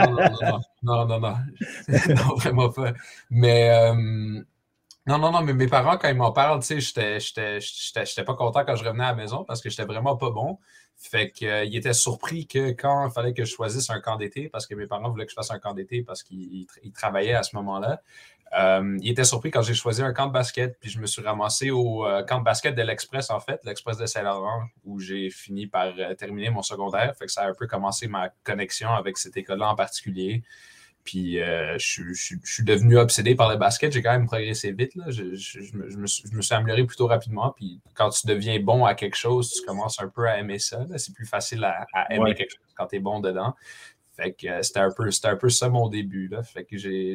vraiment pas. Mais non, mais mes parents, quand ils m'en parlent, tu sais, j'étais pas content quand je revenais à la maison parce que j'étais vraiment pas bon. Fait qu'ils étaient surpris que quand il fallait que je choisisse un camp d'été, parce que mes parents voulaient que je fasse un camp d'été parce qu'ils travaillaient à ce moment-là, ils étaient surpris quand j'ai choisi un camp de basket. Puis je me suis ramassé au camp de basket de l'Express, en fait, l'Express de Saint-Laurent, où j'ai fini par terminer mon secondaire. Fait que ça a un peu commencé ma connexion avec cette école-là en particulier. Puis je suis devenu obsédé par le basket. J'ai quand même progressé vite. Là. Je me suis amélioré plutôt rapidement. Puis quand tu deviens bon à quelque chose, tu commences un peu à aimer ça. Là. C'est plus facile à aimer quelque chose quand tu es bon dedans. Fait que c'était un peu ça mon début. Là. Fait que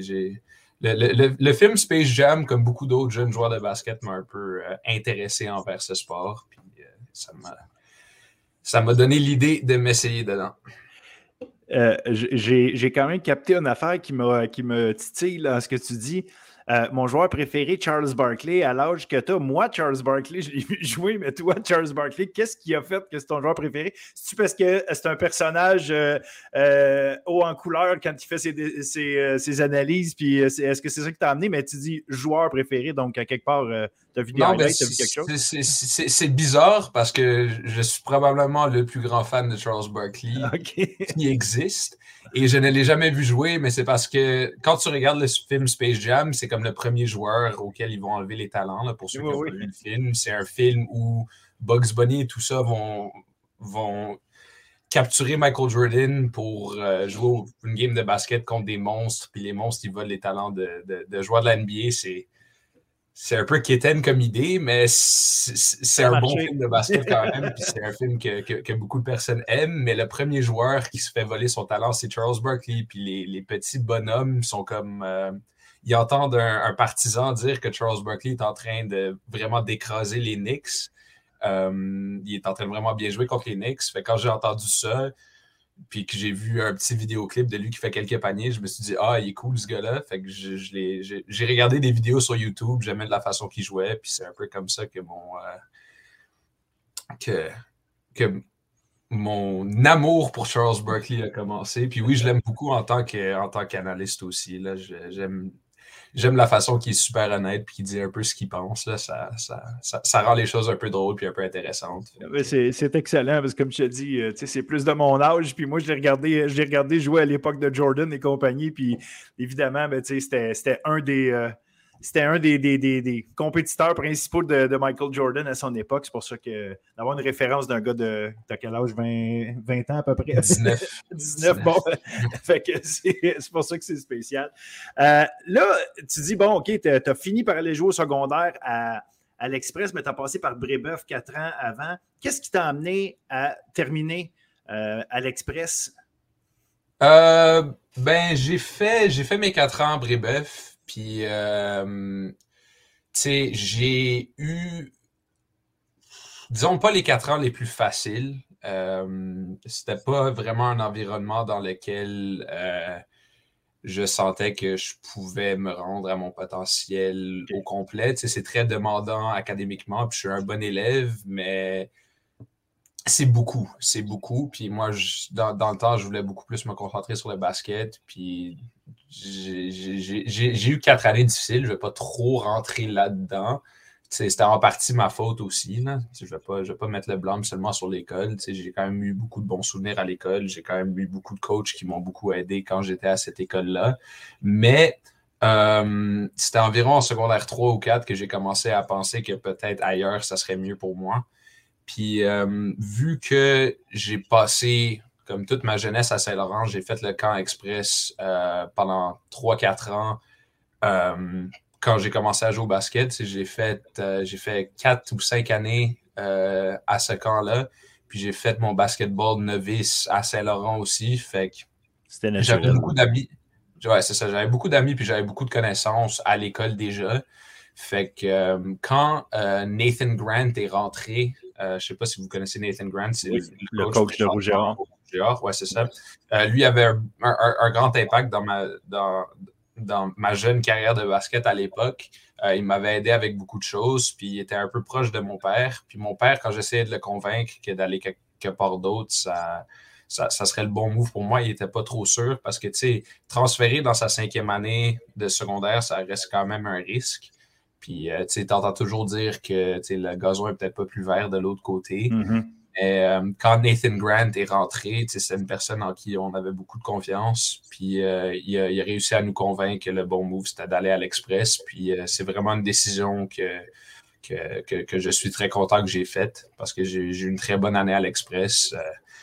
le film Space Jam, comme beaucoup d'autres jeunes joueurs de basket, m'a un peu intéressé envers ce sport. Puis ça m'a donné l'idée de m'essayer dedans. J'ai quand même capté une affaire qui me titille dans ce que tu dis. Mon joueur préféré, Charles Barkley, à l'âge que tu as, moi, Charles Barkley, je l'ai vu jouer, mais toi, Charles Barkley, qu'est-ce qui a fait que c'est ton joueur préféré? C'est-tu parce que c'est un personnage haut en couleur quand il fait ses analyses, puis est-ce que c'est ça qui t'a amené? Mais tu dis joueur préféré, donc à quelque part, tu as vu des highlights, tu as vu quelque chose? C'est bizarre parce que je suis probablement le plus grand fan de Charles Barkley qui existe. Et je ne l'ai jamais vu jouer, mais c'est parce que quand tu regardes le film Space Jam, c'est comme le premier joueur auquel ils vont enlever les talents, là, pour ceux qui ont vu le film. C'est un film où Bugs Bunny et tout ça vont capturer Michael Jordan pour jouer une game de basket contre des monstres, puis les monstres, ils volent les talents de joueurs de la NBA. C'est un peu quétaine comme idée, mais c'est un bon film de basket quand même. Puis c'est un film que beaucoup de personnes aiment. Mais le premier joueur qui se fait voler son talent, c'est Charles Barkley. Puis les petits bonhommes sont comme... ils entendent un partisan dire que Charles Barkley est en train de vraiment d'écraser les Knicks. Il est en train de vraiment bien jouer contre les Knicks. Fait que quand j'ai entendu ça, puis que j'ai vu un petit vidéoclip de lui qui fait quelques paniers, je me suis dit, il est cool ce gars-là. Fait que j'ai regardé des vidéos sur YouTube, j'aimais de la façon qu'il jouait, puis c'est un peu comme ça que mon amour pour Charles Barkley a commencé. Puis oui, je l'aime beaucoup en tant qu'analyste aussi. Là. J'aime la façon qu'il est super honnête et qu'il dit un peu ce qu'il pense. Là. Ça rend les choses un peu drôles et un peu intéressantes. C'est excellent parce que, comme je te dis, c'est plus de mon âge. Puis moi, je l'ai regardé jouer à l'époque de Jordan et compagnie. Puis évidemment, c'était un des compétiteurs principaux de Michael Jordan à son époque. C'est pour ça que d'avoir une référence d'un gars de quel âge? 20 ans à peu près? 19. 19, bon. Fait que c'est pour ça que c'est spécial. Là, tu dis, bon, OK, tu as fini par aller jouer au secondaire à l'Express, mais tu as passé par Brébeuf 4 ans avant. Qu'est-ce qui t'a amené à terminer à l'Express? J'ai fait mes 4 ans à Brébeuf. Puis, tu sais, j'ai eu, disons pas les 4 ans les plus faciles. C'était pas vraiment un environnement dans lequel je sentais que je pouvais me rendre à mon potentiel au complet. Tu sais, c'est très demandant académiquement, puis je suis un bon élève, mais c'est beaucoup. Puis moi, dans le temps, je voulais beaucoup plus me concentrer sur le basket. Puis j'ai eu 4 années difficiles. Je ne vais pas trop rentrer là-dedans. C'était en partie ma faute aussi. Là. Je ne vais pas mettre le blâme seulement sur l'école. J'ai quand même eu beaucoup de bons souvenirs à l'école. J'ai quand même eu beaucoup de coachs qui m'ont beaucoup aidé quand j'étais à cette école-là. Mais c'était environ en secondaire 3 ou 4 que j'ai commencé à penser que peut-être ailleurs, ça serait mieux pour moi. Puis, vu que j'ai passé, comme toute ma jeunesse à Saint-Laurent, j'ai fait le camp express pendant 3-4 ans. Quand j'ai commencé à jouer au basket, j'ai fait 4 ou 5 années à ce camp-là. Puis, j'ai fait mon basketball novice à Saint-Laurent aussi. Fait que j'avais beaucoup d'amis. Ouais, c'est ça. J'avais beaucoup d'amis puis j'avais beaucoup de connaissances à l'école déjà. Fait que quand Nathan Grant est rentré, je ne sais pas si vous connaissez Nathan Grant, c'est le coach de Rouge et Or. Ouais, c'est ça. Lui avait un grand impact dans ma jeune carrière de basket à l'époque. Il m'avait aidé avec beaucoup de choses, puis il était un peu proche de mon père. Puis mon père, quand j'essayais de le convaincre que d'aller quelque part d'autre, ça serait le bon move pour moi. Il n'était pas trop sûr parce que, tu sais, transférer dans sa 5e année de secondaire, ça reste quand même un risque. Puis, tu entends toujours dire que le gazon est peut-être pas plus vert de l'autre côté. Mm-hmm. Mais quand Nathan Grant est rentré, c'est une personne en qui on avait beaucoup de confiance. Puis, il a réussi à nous convaincre que le bon move, c'était d'aller à l'Express. Puis, c'est vraiment une décision que je suis très content que j'ai faite parce que j'ai eu une très bonne année à l'Express.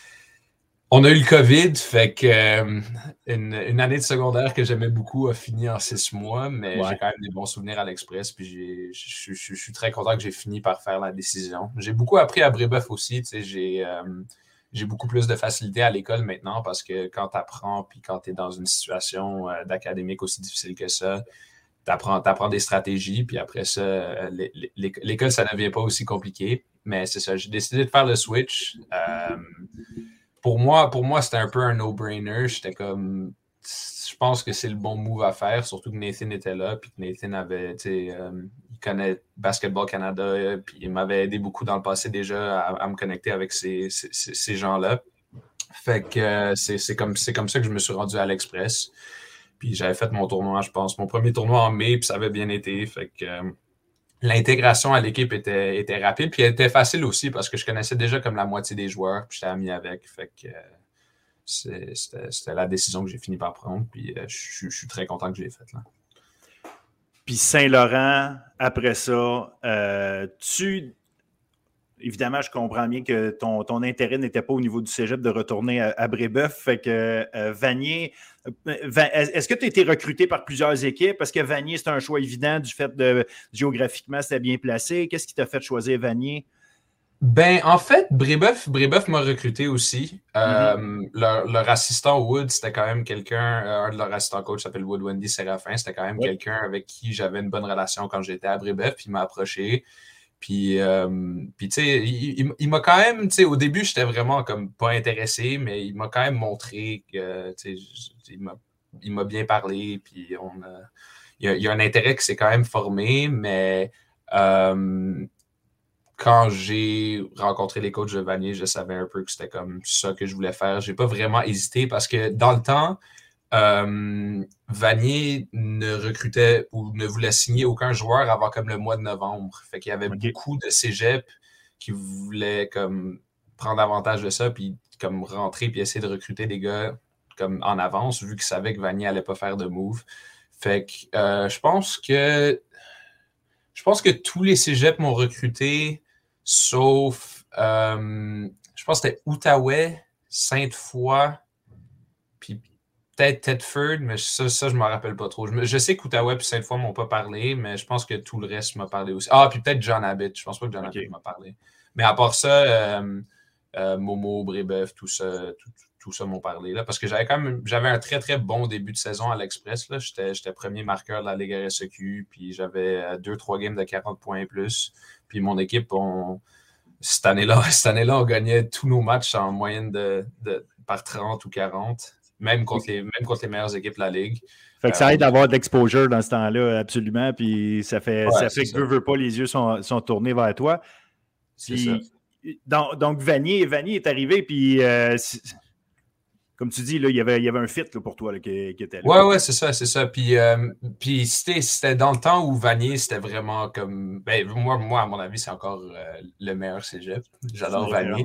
On a eu le COVID, fait que une année de secondaire que j'aimais beaucoup a fini en 6 mois, mais j'ai quand même des bons souvenirs à l'Express, puis je suis très content que j'ai fini par faire la décision. J'ai beaucoup appris à Brébeuf aussi, j'ai beaucoup plus de facilité à l'école maintenant parce que quand tu apprends, puis quand tu es dans une situation d'académique aussi difficile que ça, tu apprends des stratégies, puis après ça, l'école, ça ne devient pas aussi compliqué, mais c'est ça, j'ai décidé de faire le switch. Pour moi, c'était un peu un no-brainer. J'étais comme, je pense que c'est le bon move à faire, surtout que Nathan était là, puis que Nathan avait, il connaît Basketball Canada, puis il m'avait aidé beaucoup dans le passé déjà à me connecter avec ces gens-là. Fait que c'est comme ça que je me suis rendu à l'Express. Puis j'avais fait mon tournoi, je pense, mon premier tournoi en mai, puis ça avait bien été. Fait que l'intégration à l'équipe était rapide, puis elle était facile aussi parce que je connaissais déjà comme la moitié des joueurs, puis j'étais ami avec. Fait que c'était la décision que j'ai fini par prendre, puis je suis très content que je l'ai faite là. Puis Saint-Laurent, après ça, évidemment, je comprends bien que ton intérêt n'était pas au niveau du cégep de retourner à Brébeuf. Fait que Vanier, est-ce que tu as été recruté par plusieurs équipes? Parce que Vanier, c'est un choix évident du fait de géographiquement, c'était bien placé. Qu'est-ce qui t'a fait choisir Vanier? Ben, en fait, Brébeuf m'a recruté aussi. Leur assistant Wood, c'était quand même quelqu'un, un de leurs assistants coach s'appelle Wood Wendy Séraphin, c'était quand même quelqu'un avec qui j'avais une bonne relation quand j'étais à Brébeuf, puis il m'a approché. Puis tu sais, il m'a quand même, tu sais, au début, j'étais vraiment comme pas intéressé, mais il m'a quand même montré que, tu sais, il m'a bien parlé, puis il y a un intérêt qui s'est quand même formé, mais quand j'ai rencontré les coachs de Vanier, je savais un peu que c'était comme ça que je voulais faire. J'ai pas vraiment hésité parce que dans le temps, Vanier ne recrutait ou ne voulait signer aucun joueur avant comme le mois de novembre. Fait qu'il y avait beaucoup de cégep qui voulaient comme prendre avantage de ça puis comme rentrer puis essayer de recruter des gars comme en avance vu qu'ils savaient que Vanier allait pas faire de move. Fait que je pense que tous les cégeps m'ont recruté sauf je pense que c'était Outaouais, Sainte-Foy puis peut-être Thetford, mais ça je ne m'en rappelle pas trop. Je sais qu'Outaouais et Sainte-Foy ne m'ont pas parlé, mais je pense que tout le reste m'a parlé aussi. Ah, puis peut-être John Abbott. Je pense pas que John Abbott m'a parlé. Mais à part ça, Momo, Brébeuf, tout ça m'ont parlé. Là, parce que j'avais un très, très bon début de saison à l'Express. Là. J'étais premier marqueur de la Ligue RSEQ, puis j'avais 2-3 games de 40 points et plus. Puis mon équipe, cette année-là, on gagnait tous nos matchs en moyenne par 30 ou 40. Même contre les meilleures équipes de la Ligue. Fait que ça aide d'avoir de l'exposure dans ce temps-là, absolument. Puis ça fait que veux pas, les yeux sont tournés vers toi. Puis, donc, Vanier est arrivé, puis comme tu dis, là, il y avait un fit là, pour toi là, qui était là. Ouais, c'est ça. Puis c'était dans le temps où Vanier, c'était vraiment comme... Ben, moi, à mon avis, c'est encore le meilleur cégep. J'adore Vanier.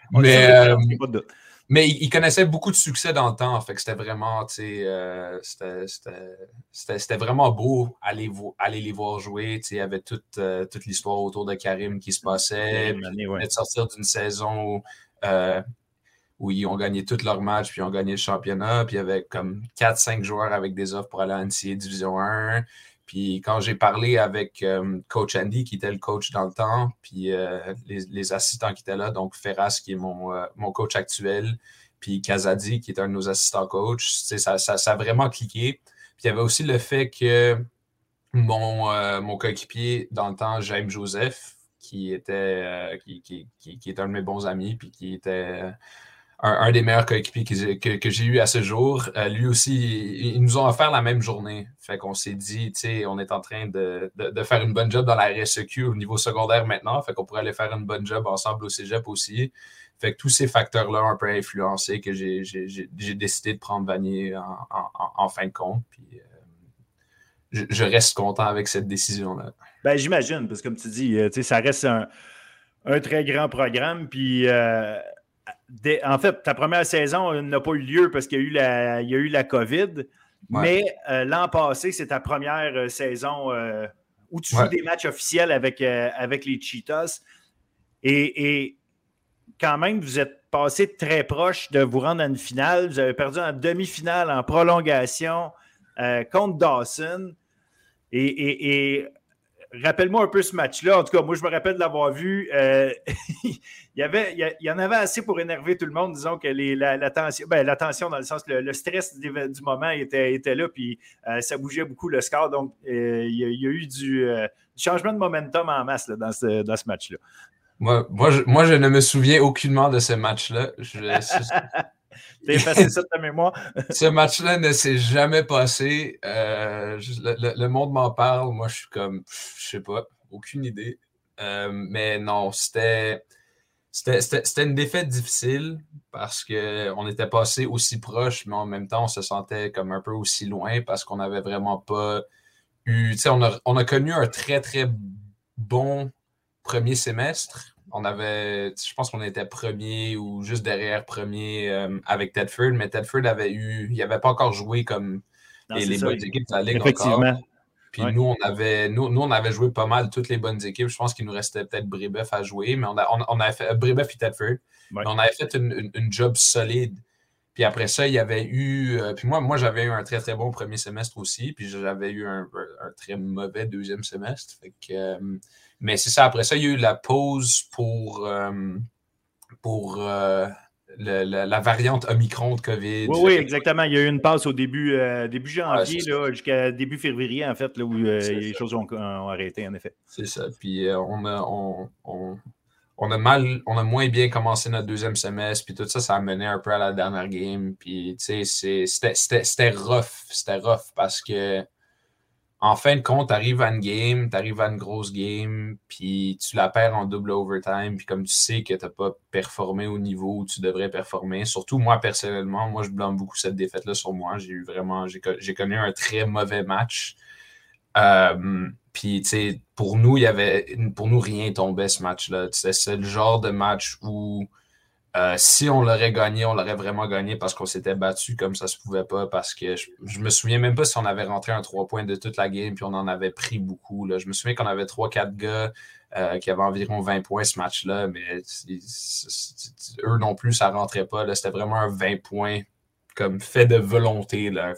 Mais il connaissait beaucoup de succès dans le temps, fait que c'était vraiment, tu sais, c'était vraiment beau aller les voir jouer. Tu sais, il y avait toute l'histoire autour de Karim qui se passait. Puis de sortir d'une saison où ils ont gagné tous leurs matchs, puis ils ont gagné le championnat, puis il y avait comme 4-5 joueurs avec des offres pour aller en NCAA Division 1. Puis quand j'ai parlé avec Coach Andy, qui était le coach dans le temps, puis les assistants qui étaient là, donc Ferras, qui est mon coach actuel, puis Kazadi, qui est un de nos assistants coach, ça a vraiment cliqué. Puis il y avait aussi le fait que mon coéquipier dans le temps, James Joseph, qui était un de mes bons amis, puis qui était... un des meilleurs coéquipiers que j'ai eu à ce jour. Lui aussi, ils nous ont offert la même journée. Fait qu'on s'est dit, tu sais, on est en train de faire une bonne job dans la RSEQ au niveau secondaire maintenant. Fait qu'on pourrait aller faire une bonne job ensemble au cégep aussi. Fait que tous ces facteurs-là ont un peu influencé que j'ai décidé de prendre Vanier en fin de compte. Puis je reste content avec cette décision-là. Ben, j'imagine, parce que comme tu dis, ça reste un très grand programme. Puis... en fait, ta première saison n'a pas eu lieu parce qu'il y a eu la COVID. Ouais. Mais l'an passé, c'est ta première saison où tu joues des matchs officiels avec les Cheetahs. Et quand même, vous êtes passé très proche de vous rendre à une finale. Vous avez perdu en demi-finale, en prolongation contre Dawson. Et rappelle-moi un peu ce match-là. En tout cas, moi, je me rappelle de l'avoir vu. Il y en avait assez pour énerver tout le monde. Disons que la tension, dans le sens, le stress du moment était là, puis ça bougeait beaucoup le score. Donc, il y a eu du changement de momentum en masse là, dans ce match-là. Moi, je ne me souviens aucunement de ce match-là. T'as effacé ça de ta mémoire? Ce match-là ne s'est jamais passé. Le monde m'en parle. Moi, je suis comme, je sais pas, aucune idée. Mais non, c'était une défaite difficile parce qu'on était passé aussi proche, mais en même temps, on se sentait comme un peu aussi loin parce qu'on n'avait vraiment pas eu... Tu sais, on a connu un très, très bon premier semestre. Je pense qu'on était premier ou juste derrière premier avec Thetford, mais Thetford il n'avait pas encore joué comme les bonnes équipes de la Ligue encore. Puis nous, on avait joué pas mal toutes les bonnes équipes. Je pense qu'il nous restait peut-être Brébeuf à jouer, mais on avait fait Brébeuf et Thetford. Mais on avait fait une job solide. Puis après ça, il y avait eu... puis moi, j'avais eu un très, très bon premier semestre aussi. Puis j'avais eu un très mauvais deuxième semestre. Fait que... mais c'est ça, après ça, il y a eu la pause pour la variante Omicron de COVID. Oui, exactement. Il y a eu une passe au début janvier jusqu'à début février, en fait, là, où les choses ont arrêté, en effet. C'est ça. Puis on a moins bien commencé notre deuxième semestre, puis tout ça, ça a mené un peu à la dernière game. Puis, tu sais, c'était rough. C'était rough parce que, en fin de compte, t'arrives à une grosse game, puis tu la perds en double overtime, puis comme tu sais que t'as pas performé au niveau où tu devrais performer, surtout moi, personnellement, je blâme beaucoup cette défaite-là sur moi. J'ai connu un très mauvais match. Puis, tu sais, pour nous, rien tombait ce match-là. C'est le genre de match où si on l'aurait gagné, on l'aurait vraiment gagné parce qu'on s'était battu comme ça se pouvait pas. Parce que je me souviens même pas si on avait rentré un 3 points de toute la game puis on en avait pris beaucoup. Là. Je me souviens qu'on avait 3-4 gars qui avaient environ 20 points ce match-là, mais eux non plus, ça rentrait pas. Là. C'était vraiment un 20 points comme fait de volonté, là,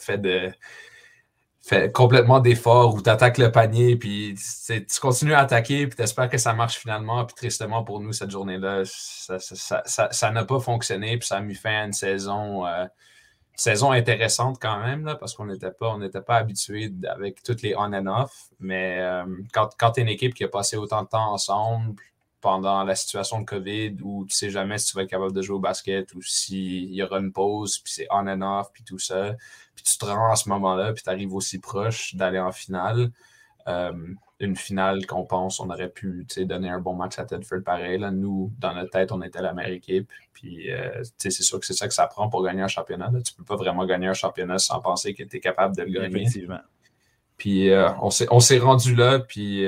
fait complètement d'effort où tu attaques le panier, puis tu continues à attaquer, puis tu espères que ça marche finalement. Puis tristement pour nous, cette journée-là, ça n'a pas fonctionné, puis ça a mis fin à une saison intéressante quand même, là, parce qu'on n'était pas habitué avec toutes les on and off. Mais quand tu es une équipe qui a passé autant de temps ensemble pendant la situation de COVID, où tu sais jamais si tu vas être capable de jouer au basket ou s'il y aura une pause, puis c'est on and off, puis tout ça. Puis tu te rends à ce moment-là, puis tu arrives aussi proche d'aller en finale. Une finale qu'on pense on aurait pu donner un bon match à Tedford pareil. Là. Nous, dans notre tête, on était la meilleure équipe. Puis c'est sûr que c'est ça que ça prend pour gagner un championnat. Là. Tu ne peux pas vraiment gagner un championnat sans penser que tu es capable de le gagner. Effectivement. Puis on s'est rendu là, puis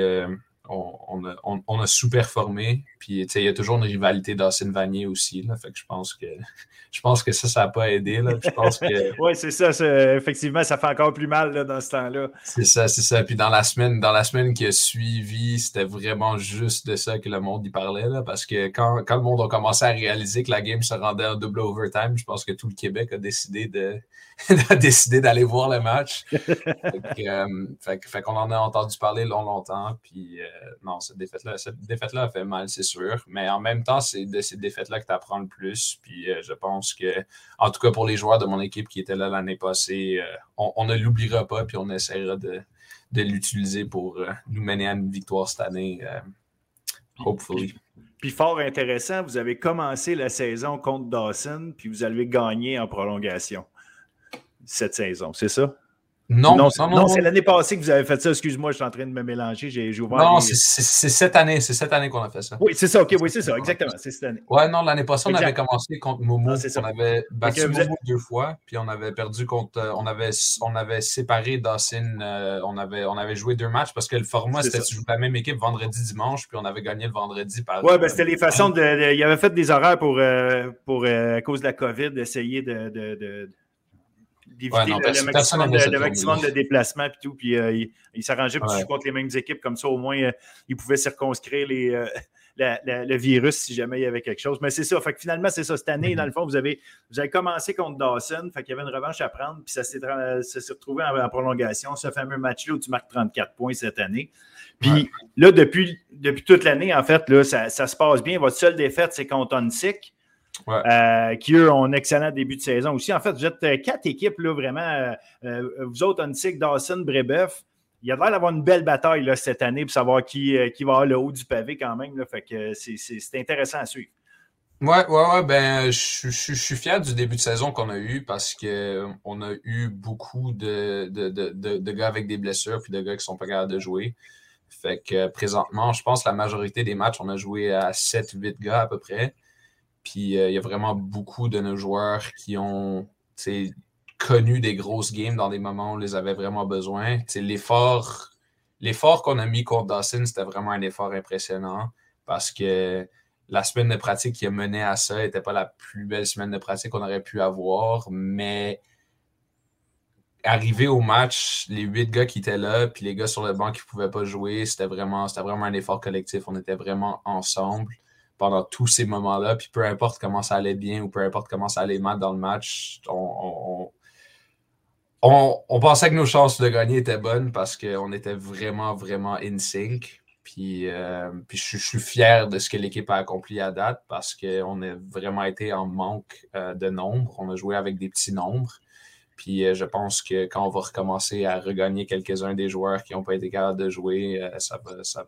on a sous-performé. Puis il y a toujours une rivalité d'Austin Vanier aussi. Là, fait que je pense que ça n'a pas aidé. Là. Oui, c'est ça. Effectivement, ça fait encore plus mal là, dans ce temps-là. C'est ça. Puis dans la semaine qui a suivi, c'était vraiment juste de ça que le monde y parlait. Là, parce que quand le monde a commencé à réaliser que la game se rendait en double overtime, je pense que tout le Québec a décidé d'aller voir le match. Fait qu'on en a entendu parler longtemps. Puis non, cette défaite-là a fait mal, c'est sûr. Mais en même temps, c'est de cette défaite-là que tu apprends le plus. Puis je pense que, en tout cas pour les joueurs de mon équipe qui étaient là l'année passée, on ne l'oubliera pas, puis on essaiera de l'utiliser pour nous mener à une victoire cette année. Hopefully. Puis fort intéressant, vous avez commencé la saison contre Dawson, puis vous avez gagné en prolongation cette saison, c'est ça? Non, c'est l'année passée que vous avez fait ça. Excuse-moi, je suis en train de me mélanger. J'ai ouvert. Non, c'est cette année. C'est cette année qu'on a fait ça. Oui, c'est ça. OK, oui, c'est ça. Exactement. C'est cette année. Ouais, non, l'année passée, on avait commencé contre Momo. On avait battu Momo 2 fois, puis on avait perdu contre. On avait séparé Dawson. On avait joué 2 matts parce que le format, c'était tu joues la même équipe vendredi-dimanche, puis on avait gagné le vendredi par. Ouais, ben c'était les façons de. Il avait fait des horaires pour à cause de la COVID, d'essayer d'éviter le maximum de déplacement et tout. Puis il s'arrangeait pour jouer contre les mêmes équipes. Comme ça, au moins, il pouvait circonscrire le virus si jamais il y avait quelque chose. Mais c'est ça. Fait que finalement, c'est ça. Cette année, dans le fond, vous avez commencé contre Dawson. Fait qu'il y avait une revanche à prendre. Puis ça s'est retrouvé en prolongation. Ce fameux match-là où tu marques 34 points cette année. Puis là, depuis toute l'année, en fait, là, ça se passe bien. Votre seule défaite, c'est contre Huntsic. Qui, eux, ont un excellent début de saison aussi. En fait, vous êtes 4 équipes, là, vraiment. Vous autres, Huntsic, Dawson, Brébeuf. Il y a l'air d'avoir une belle bataille là, cette année pour savoir qui va avoir le haut du pavé quand même. Là, fait que c'est intéressant à suivre. Ouais. Ben, je suis fier du début de saison qu'on a eu parce qu'on a eu beaucoup de gars avec des blessures puis de gars qui sont pas capables de jouer. Fait que présentement, je pense que la majorité des matchs, on a joué à 7-8 gars à peu près. Puis il y a vraiment beaucoup de nos joueurs qui ont connu des grosses games dans des moments où on les avait vraiment besoin. L'effort qu'on a mis contre Dawson, c'était vraiment un effort impressionnant parce que la semaine de pratique qui a mené à ça n'était pas la plus belle semaine de pratique qu'on aurait pu avoir, mais arrivé au match, les 8 gars qui étaient là, puis les gars sur le banc qui ne pouvaient pas jouer, c'était vraiment un effort collectif. On était vraiment ensemble pendant tous ces moments-là, puis peu importe comment ça allait bien ou peu importe comment ça allait mal dans le match, on pensait que nos chances de gagner étaient bonnes parce qu'on était vraiment, vraiment in sync. Puis je suis fier de ce que l'équipe a accompli à date parce qu'on a vraiment été en manque de nombre. On a joué avec des petits nombres. Puis je pense que quand on va recommencer à regagner quelques-uns des joueurs qui n'ont pas été capables de jouer, ça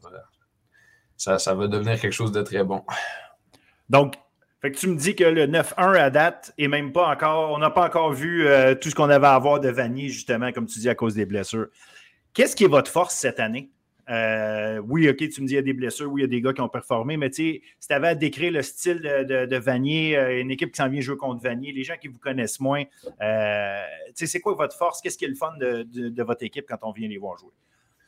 va devenir quelque chose de très bon. Donc, fait que tu me dis que le 9-1 à date est même pas encore. On n'a pas encore vu tout ce qu'on avait à voir de Vanier, justement, comme tu dis, à cause des blessures. Qu'est-ce qui est votre force cette année? Oui, OK, tu me dis qu'il y a des blessures, oui, il y a des gars qui ont performé, mais tu sais, si tu avais à décrire le style de Vanier, une équipe qui s'en vient jouer contre Vanier, les gens qui vous connaissent moins, tu sais, c'est quoi votre force? Qu'est-ce qui est le fun de votre équipe quand on vient les voir jouer?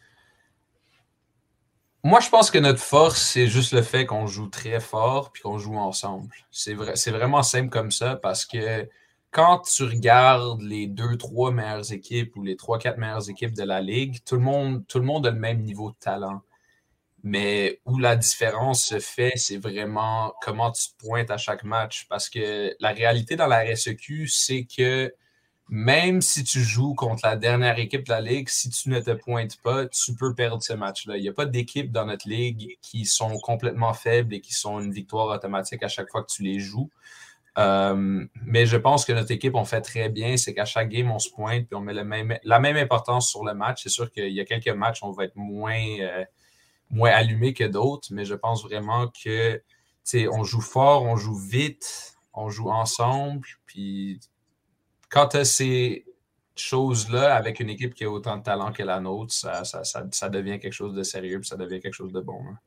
Moi, je pense que notre force, c'est juste le fait qu'on joue très fort puis qu'on joue ensemble. C'est vraiment simple comme ça parce que quand tu regardes les 2-3 meilleures équipes ou les 3-4 meilleures équipes de la Ligue, tout le monde a le même niveau de talent. Mais où la différence se fait, c'est vraiment comment tu te pointes à chaque match. Parce que la réalité dans la RSEQ, c'est que même si tu joues contre la dernière équipe de la Ligue, si tu ne te pointes pas, tu peux perdre ce match-là. Il n'y a pas d'équipes dans notre Ligue qui sont complètement faibles et qui sont une victoire automatique à chaque fois que tu les joues. Mais je pense que notre équipe, on fait très bien. C'est qu'à chaque game, on se pointe et on met la même importance sur le match. C'est sûr qu'il y a quelques matchs où on va être moins allumé que d'autres, mais je pense vraiment que on joue fort, on joue vite, on joue ensemble. Puis quand tu as ces choses-là avec une équipe qui a autant de talent que la nôtre, ça devient quelque chose de sérieux, puis ça devient quelque chose de bon. Hein.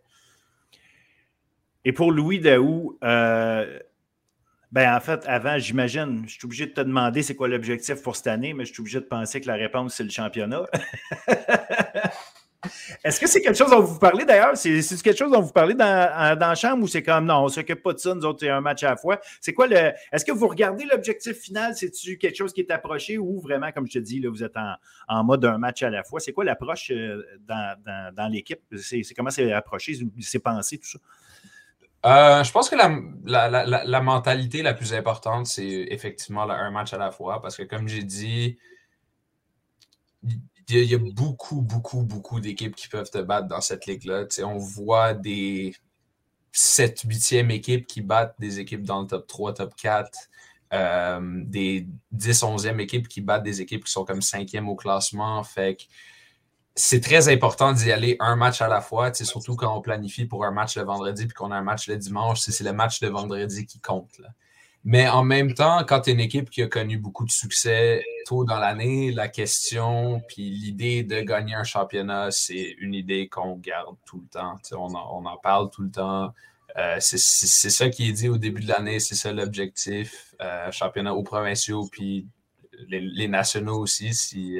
Et pour Louis Daou, en fait, avant, j'imagine, je suis obligé de te demander c'est quoi l'objectif pour cette année, mais je suis obligé de penser que la réponse, c'est le championnat. Est-ce que c'est quelque chose dont vous parlez d'ailleurs? C'est quelque chose dont vous parlez dans la chambre ou c'est comme non, on ne s'occupe pas de ça, nous autres, c'est un match à la fois? C'est quoi est-ce que vous regardez l'objectif final? C'est-tu quelque chose qui est approché ou vraiment, comme je te dis, là, vous êtes en mode un match à la fois? C'est quoi l'approche dans l'équipe? C'est comment c'est approché? C'est pensé, tout ça? Je pense que la mentalité la plus importante, c'est effectivement un match à la fois parce que, comme j'ai dit, il y a beaucoup d'équipes qui peuvent te battre dans cette ligue-là. On voit des 7-8e équipes qui battent des équipes dans le top 3, top 4, des 10-11e équipes qui battent des équipes qui sont comme 5e au classement. Fait que c'est très important d'y aller un match à la fois, surtout quand on planifie pour un match le vendredi puis qu'on a un match le dimanche, c'est le match de vendredi qui compte. Là. Mais en même temps, quand tu es une équipe qui a connu beaucoup de succès tôt dans l'année, la question puis l'idée de gagner un championnat, c'est une idée qu'on garde tout le temps. On en parle tout le temps. C'est ça qui est dit au début de l'année, c'est ça l'objectif. Championnat aux provinciaux puis les nationaux aussi,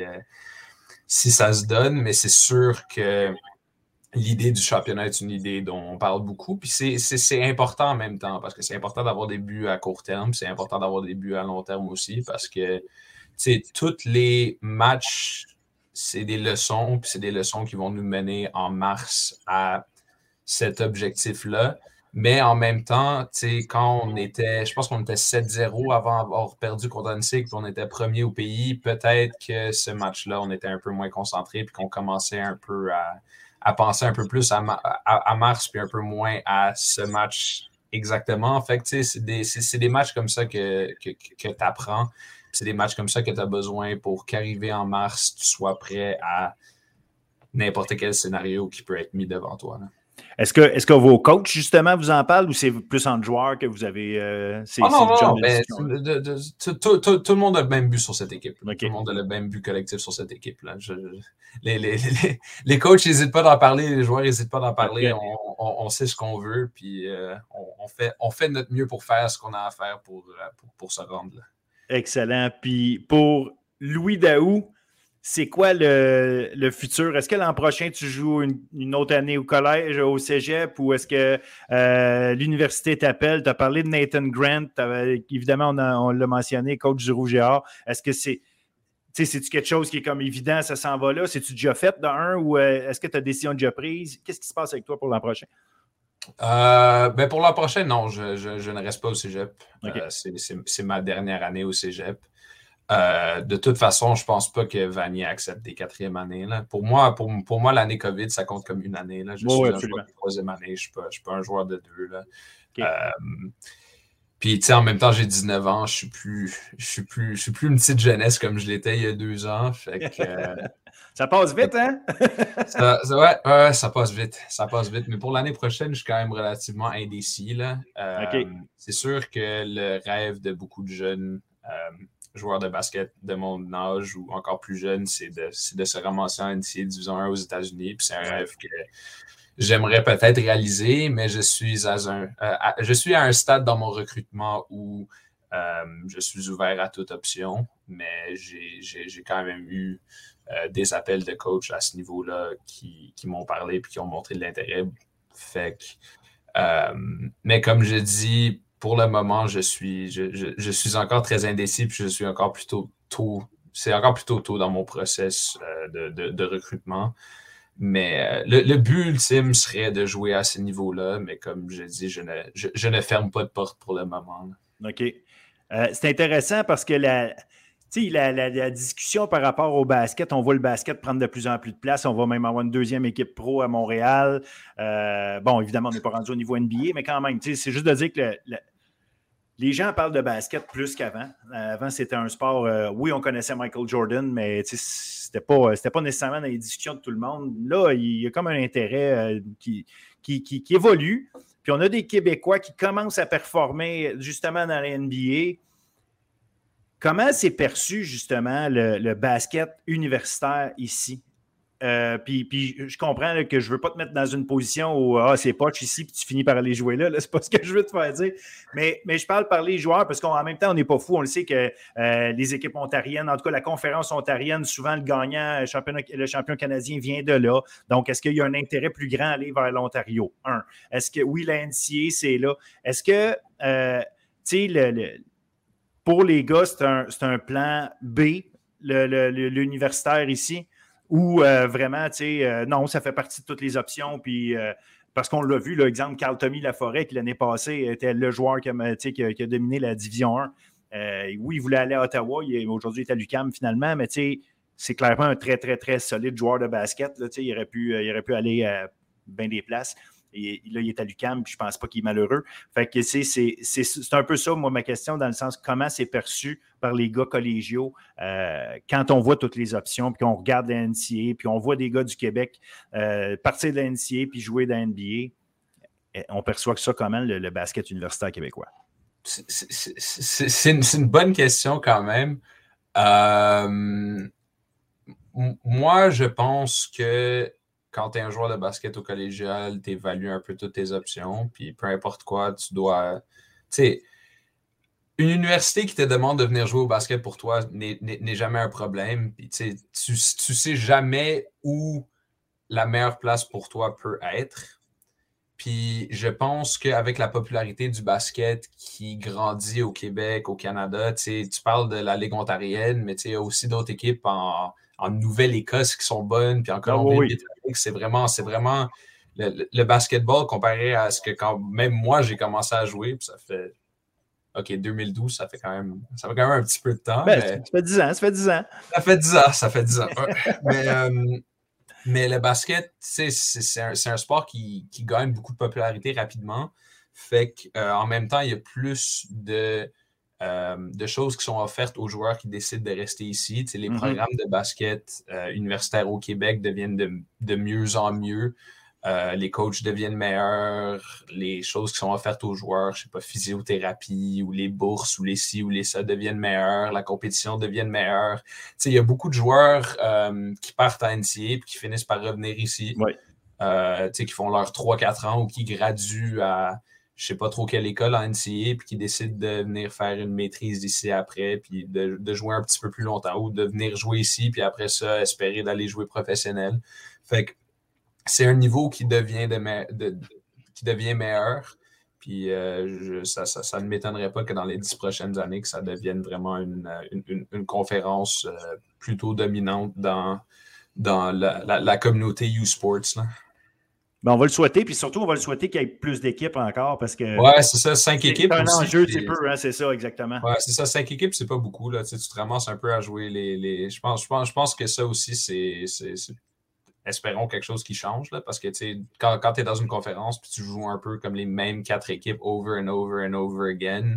si ça se donne. Mais c'est sûr que l'idée du championnat est une idée dont on parle beaucoup. Puis c'est important en même temps parce que c'est important d'avoir des buts à court terme. C'est important d'avoir des buts à long terme aussi parce que tous les matchs, c'est des leçons. Puis c'est des leçons qui vont nous mener en mars à cet objectif-là. Mais en même temps, quand je pense qu'on était 7-0 avant d'avoir perdu contre Annecy, puis on était premier au pays, peut-être que ce match-là, on était un peu moins concentré puis qu'on commençait un peu à penser un peu plus à mars, puis un peu moins à ce match exactement. En fait, c'est des matchs comme ça que tu apprends. C'est des matchs comme ça que tu as besoin pour qu'arriver en mars, tu sois prêt à n'importe quel scénario qui peut être mis devant toi. Là. Est-ce que vos coachs, justement, vous en parlent ou c'est plus entre joueurs que vous avez non. Tout le monde a le même but sur cette équipe. Okay. Tout le monde a le même but collectif sur cette équipe. Là. Les coachs n'hésitent pas d'en parler, les joueurs n'hésitent pas d'en parler. Okay. On sait ce qu'on veut, puis on fait notre mieux pour faire ce qu'on a à faire pour se rendre là. Excellent. Puis pour Louis Daou, c'est quoi le futur? Est-ce que l'an prochain, tu joues une autre année au collège, au cégep, ou est-ce que l'université t'appelle? Tu as parlé de Nathan Grant, évidemment, on l'a mentionné, coach du Rouge et Or. Est-ce que c'est-tu quelque chose qui est comme évident, ça s'en va là? C'est-tu déjà fait dans un ou est-ce que tu as décision déjà prise? Qu'est-ce qui se passe avec toi pour l'an prochain? Pour l'an prochain, non, je ne reste pas au cégep. Okay. C'est ma dernière année au cégep. De toute façon, je pense pas que Vanier accepte des quatrièmes années. Là. Pour moi, l'année COVID, ça compte comme une année. Là. Je suis un joueur de troisième année, je ne suis pas un joueur de deux. Là. Okay. Puis, tu sais, en même temps, j'ai 19 ans, je suis plus une petite jeunesse comme je l'étais il y a 2 ans. Fait que, ça passe vite, hein? ouais, ça passe vite. Ça passe vite. Mais pour l'année prochaine, je suis quand même relativement indécis. Là. Okay. C'est sûr que le rêve de beaucoup de jeunes joueurs de basket de mon âge ou encore plus jeunes, c'est de se ramasser en NCAA Division 1 aux États-Unis. Puis c'est un rêve que j'aimerais peut-être réaliser, mais je suis à un stade dans mon recrutement où je suis ouvert à toute option, mais j'ai quand même eu des appels de coach à ce niveau-là qui m'ont parlé et qui ont montré de l'intérêt. Fait que, mais comme je dis, pour le moment, je suis encore très indécis puis je suis encore plutôt tôt. C'est encore plutôt tôt dans mon process de recrutement. Mais le but ultime serait de jouer à ce niveau-là, mais comme je dis, je ne ferme pas de porte pour le moment. OK. C'est intéressant parce que la discussion par rapport au basket, on voit le basket prendre de plus en plus de place. On va même avoir une deuxième équipe pro à Montréal. Bon, évidemment, on n'est pas rendu au niveau NBA, mais quand même, c'est juste de dire que les gens parlent de basket plus qu'avant. Avant, c'était un sport... oui, on connaissait Michael Jordan, mais c'était pas nécessairement dans les discussions de tout le monde. Là, il y a comme un intérêt qui évolue. Puis on a des Québécois qui commencent à performer justement dans la NBA. Comment c'est perçu justement le basket universitaire ici? Puis je comprends là, que je ne veux pas te mettre dans une position où c'est poche ici puis tu finis par aller jouer là. C'est pas ce que je veux te faire dire. Mais je parle par les joueurs parce qu'en même temps, on n'est pas fou. On le sait que les équipes ontariennes, en tout cas la conférence ontarienne, souvent le gagnant, le champion canadien vient de là. Donc, est-ce qu'il y a un intérêt plus grand à aller vers l'Ontario? Est-ce que oui, la NCAA, c'est là? Est-ce que tu sais, pour les gars, c'est un plan B, l'universitaire ici? Ou vraiment, tu sais, non, ça fait partie de toutes les options. Puis, parce qu'on l'a vu, l'exemple, Carl-Tommy Laforêt, qui l'année passée était le joueur qui a dominé la Division 1. Oui, il voulait aller à Ottawa. Aujourd'hui, il est à l'UQAM finalement, mais tu sais, c'est clairement un très, très, très solide joueur de basket. Là, il aurait pu aller à bien des places. Et là, il est à l'UQAM, puis je ne pense pas qu'il est malheureux. Fait que c'est un peu ça, moi, ma question, dans le sens comment c'est perçu par les gars collégiaux quand on voit toutes les options, puis qu'on regarde la NCAA, puis on voit des gars du Québec partir de la NCAA puis jouer dans la NBA. On perçoit que ça comment, le basket universitaire québécois? C'est une bonne question quand même. Moi, je pense que quand tu es un joueur de basket au collégial, tu évalues un peu toutes tes options, puis peu importe quoi, tu dois... Tu sais, une université qui te demande de venir jouer au basket pour toi n'est jamais un problème. Puis, tu sais jamais où la meilleure place pour toi peut être. Puis je pense qu'avec la popularité du basket qui grandit au Québec, au Canada, tu parles de la Ligue ontarienne, mais il y a aussi d'autres équipes en Nouvelle-Écosse qui sont bonnes, puis en Colombie-Britannique, c'est vraiment le basketball comparé à ce que quand même moi j'ai commencé à jouer, puis ça fait 2012, ça fait quand même un petit peu de temps. Ça fait 10 ans. Ça fait 10 ans. Mais le basket, c'est un sport qui gagne beaucoup de popularité rapidement. Fait qu'en même temps, il y a plus de choses qui sont offertes aux joueurs qui décident de rester ici. Les programmes de basket universitaires au Québec deviennent de mieux en mieux. Les coachs deviennent meilleurs. Les choses qui sont offertes aux joueurs, je sais pas, physiothérapie ou les bourses ou les ci ou les ça deviennent meilleures. La compétition devient meilleure. Il y a beaucoup de joueurs qui partent à NCAA et qui finissent par revenir ici. Oui. Qui font leurs 3-4 ans ou qui graduent à je sais pas trop quelle école en NCAA puis qui décident de venir faire une maîtrise ici après puis de jouer un petit peu plus longtemps ou de venir jouer ici puis après ça, espérer d'aller jouer professionnel. Fait que c'est un niveau qui devient meilleur. Puis ça ne m'étonnerait pas que dans les 10 prochaines années, que ça devienne vraiment une conférence plutôt dominante dans la communauté U-Sports. Là. Ben, on va le souhaiter, puis surtout, on va le souhaiter qu'il y ait plus d'équipes encore parce que. Ouais, c'est ça, 5 équipes. C'est un aussi, enjeu, c'est peu, hein, c'est ça, exactement. Ouais, c'est ça, 5 équipes, c'est pas beaucoup. Là. Tu te ramasses un peu à jouer Je pense que ça aussi, c'est espérons quelque chose qui change. Là, parce que quand tu es dans une conférence puis tu joues un peu comme les mêmes 4 équipes over and over and over again,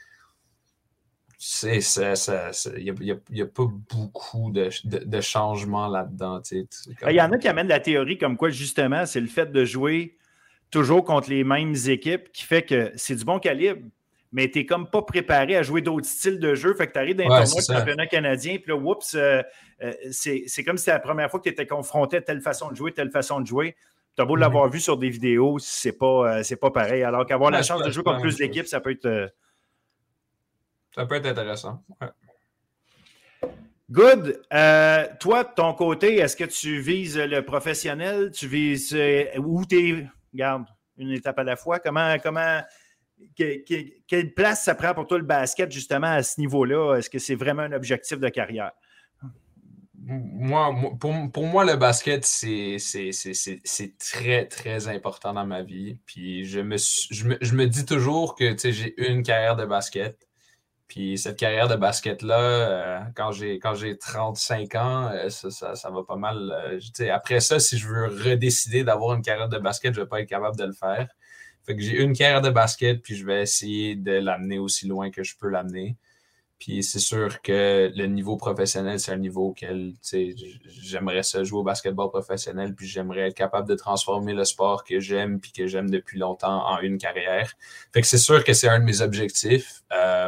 il n'y a pas beaucoup de changements là-dedans. Il y en a qui amènent la théorie comme quoi, justement, c'est le fait de jouer toujours contre les mêmes équipes qui fait que c'est du bon calibre, mais tu n'es comme pas préparé à jouer d'autres styles de jeu. Fait que tu arrives dans un tournoi de championnat canadien, puis là, oups, c'est comme si c'était la première fois que tu étais confronté à telle façon de jouer. Tu as beau l'avoir vu sur des vidéos, c'est pas pareil. Alors qu'avoir la chance de jouer contre plus d'équipes, ça peut être... Ça peut être intéressant. Ouais. Good. Toi, de ton côté, est-ce que tu vises le professionnel? Tu vises où tu es? Regarde, une étape à la fois. Quelle place ça prend pour toi le basket, justement, à ce niveau-là? Est-ce que c'est vraiment un objectif de carrière? Pour moi, le basket, c'est très, très important dans ma vie. Puis je me dis toujours que j'ai une carrière de basket. Puis cette carrière de basket-là, quand j'ai 35 ans, ça va pas mal. Après ça, si je veux redécider d'avoir une carrière de basket, je ne vais pas être capable de le faire. Fait que j'ai une carrière de basket, puis je vais essayer de l'amener aussi loin que je peux l'amener. Puis c'est sûr que le niveau professionnel, c'est un niveau auquel j'aimerais ça jouer au basketball professionnel, puis j'aimerais être capable de transformer le sport que j'aime puis que j'aime depuis longtemps en une carrière. Fait que c'est sûr que c'est un de mes objectifs.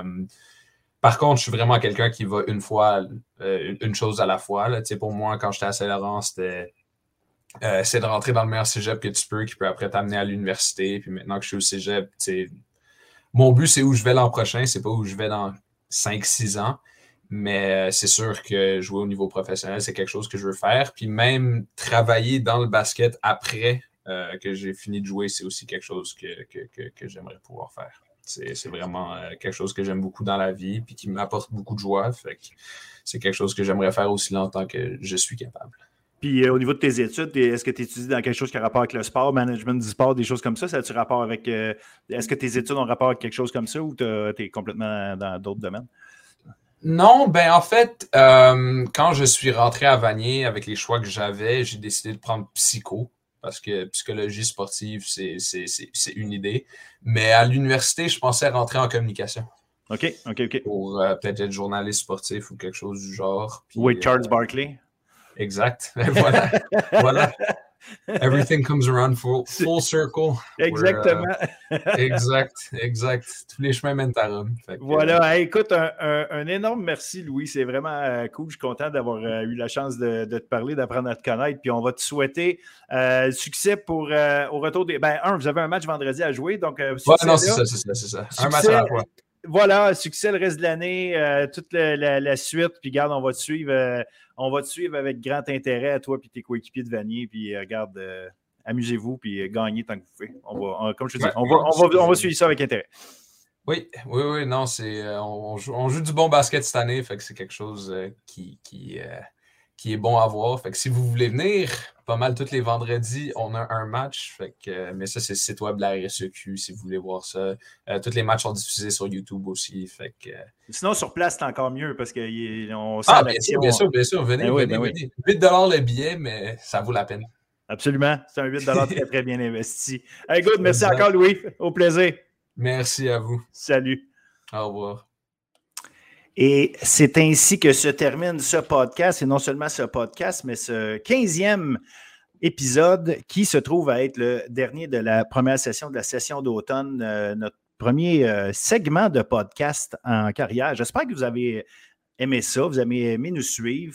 Par contre, je suis vraiment quelqu'un qui va une chose à la fois. Là. Pour moi, quand j'étais à Saint-Laurent, c'est de rentrer dans le meilleur cégep que tu peux, qui peut après t'amener à l'université. Puis maintenant que je suis au cégep, mon but, c'est où je vais l'an prochain. C'est pas où je vais dans 5-6 ans. Mais c'est sûr que jouer au niveau professionnel, c'est quelque chose que je veux faire. Puis même travailler dans le basket après que j'ai fini de jouer, c'est aussi quelque chose que j'aimerais pouvoir faire. C'est vraiment quelque chose que j'aime beaucoup dans la vie et qui m'apporte beaucoup de joie. Fait que c'est quelque chose que j'aimerais faire aussi longtemps que je suis capable. Puis au niveau de tes études, est-ce que tu étudies dans quelque chose qui a rapport avec le sport, management du sport, des choses comme ça? Ça a-tu rapport avec... est-ce que tes études ont rapport avec quelque chose comme ça ou tu es complètement dans d'autres domaines? Non, ben en fait, quand je suis rentré à Vanier avec les choix que j'avais, j'ai décidé de prendre psycho. Parce que psychologie sportive, c'est une idée. Mais à l'université, je pensais rentrer en communication. OK. Pour peut-être être journaliste sportif ou quelque chose du genre. Puis, oui, Charles Barkley. Exact. Voilà. Everything comes around full circle. Exactement. Exact. Tous les chemins mènent à Rome. Voilà. Écoute, un énorme merci, Louis. C'est vraiment cool. Je suis content d'avoir eu la chance de te parler, d'apprendre à te connaître. Puis on va te souhaiter succès pour au retour des... vous avez un match vendredi à jouer. Donc, non, c'est ça. Un match à la fois. Voilà, succès le reste de l'année, toute la suite. Puis regarde, on va te suivre avec grand intérêt à toi et tes coéquipiers de Vanier. Puis regarde, amusez-vous puis gagnez tant que vous pouvez. Comme je te dis, on va suivre ça avec intérêt. Oui, non, on joue du bon basket cette année, fait que c'est quelque chose qui est bon à voir. Fait que si vous voulez venir, pas mal tous les vendredis, on a un match. Fait que, mais ça, c'est le site web de la RSEQ si vous voulez voir ça. Tous les matchs sont diffusés sur YouTube aussi. Fait que, sinon, sur place, c'est encore mieux parce qu'on bien sûr. Venez. 8$ le billet, mais ça vaut la peine. Absolument. C'est un 8$ très, très bien investi. Hey, good. Merci encore, Louis. Au plaisir. Merci à vous. Salut. Au revoir. Et c'est ainsi que se termine ce podcast, et non seulement ce podcast, mais ce 15e épisode qui se trouve à être le dernier de la première session de la session d'automne, notre premier segment de podcast en carrière. J'espère que vous avez aimé ça, vous avez aimé nous suivre,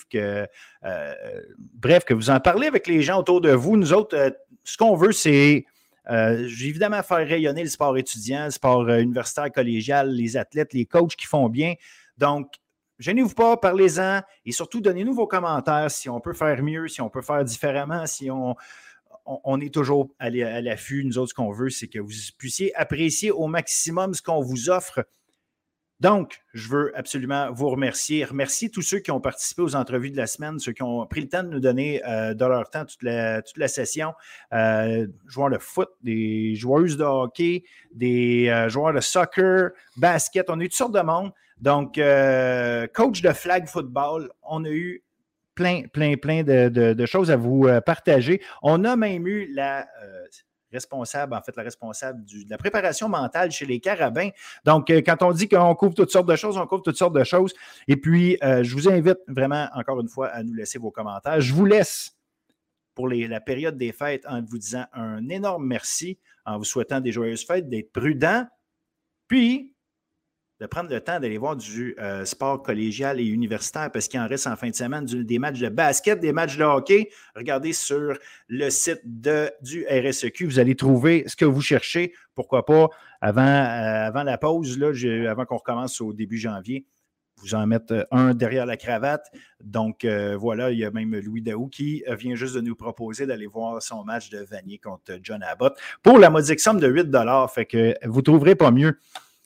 bref, que vous en parlez avec les gens autour de vous. Nous autres, ce qu'on veut, c'est évidemment faire rayonner le sport étudiant, le sport universitaire, collégial, les athlètes, les coachs qui font bien. Donc, gênez-vous pas, parlez-en et surtout, donnez-nous vos commentaires si on peut faire mieux, si on peut faire différemment, si on est toujours à l'affût. Nous autres, ce qu'on veut, c'est que vous puissiez apprécier au maximum ce qu'on vous offre. Donc, je veux absolument vous remercier tous ceux qui ont participé aux entrevues de la semaine, ceux qui ont pris le temps de nous donner de leur temps toute la session, joueurs de foot, des joueuses de hockey, des joueurs de soccer, basket, on a eu toutes sortes de monde. Donc, coach de flag football, on a eu plein de choses à vous partager. On a même eu la responsable de la préparation mentale chez les Carabins. Donc, quand on dit qu'on couvre toutes sortes de choses, on couvre toutes sortes de choses. Et puis, je vous invite vraiment, encore une fois, à nous laisser vos commentaires. Je vous laisse pour la période des fêtes en vous disant un énorme merci, en vous souhaitant des joyeuses fêtes, d'être prudent, puis de prendre le temps d'aller voir du sport collégial et universitaire parce qu'il en reste en fin de semaine des matchs de basket, des matchs de hockey. Regardez sur le site du RSEQ. Vous allez trouver ce que vous cherchez. Pourquoi pas, avant la pause, là, avant qu'on recommence au début janvier, vous en mettre un derrière la cravate. Donc, voilà, il y a même Louis Daou qui vient juste de nous proposer d'aller voir son match de Vanier contre John Abbott pour la modique somme de 8 $. Fait que vous ne trouverez pas mieux.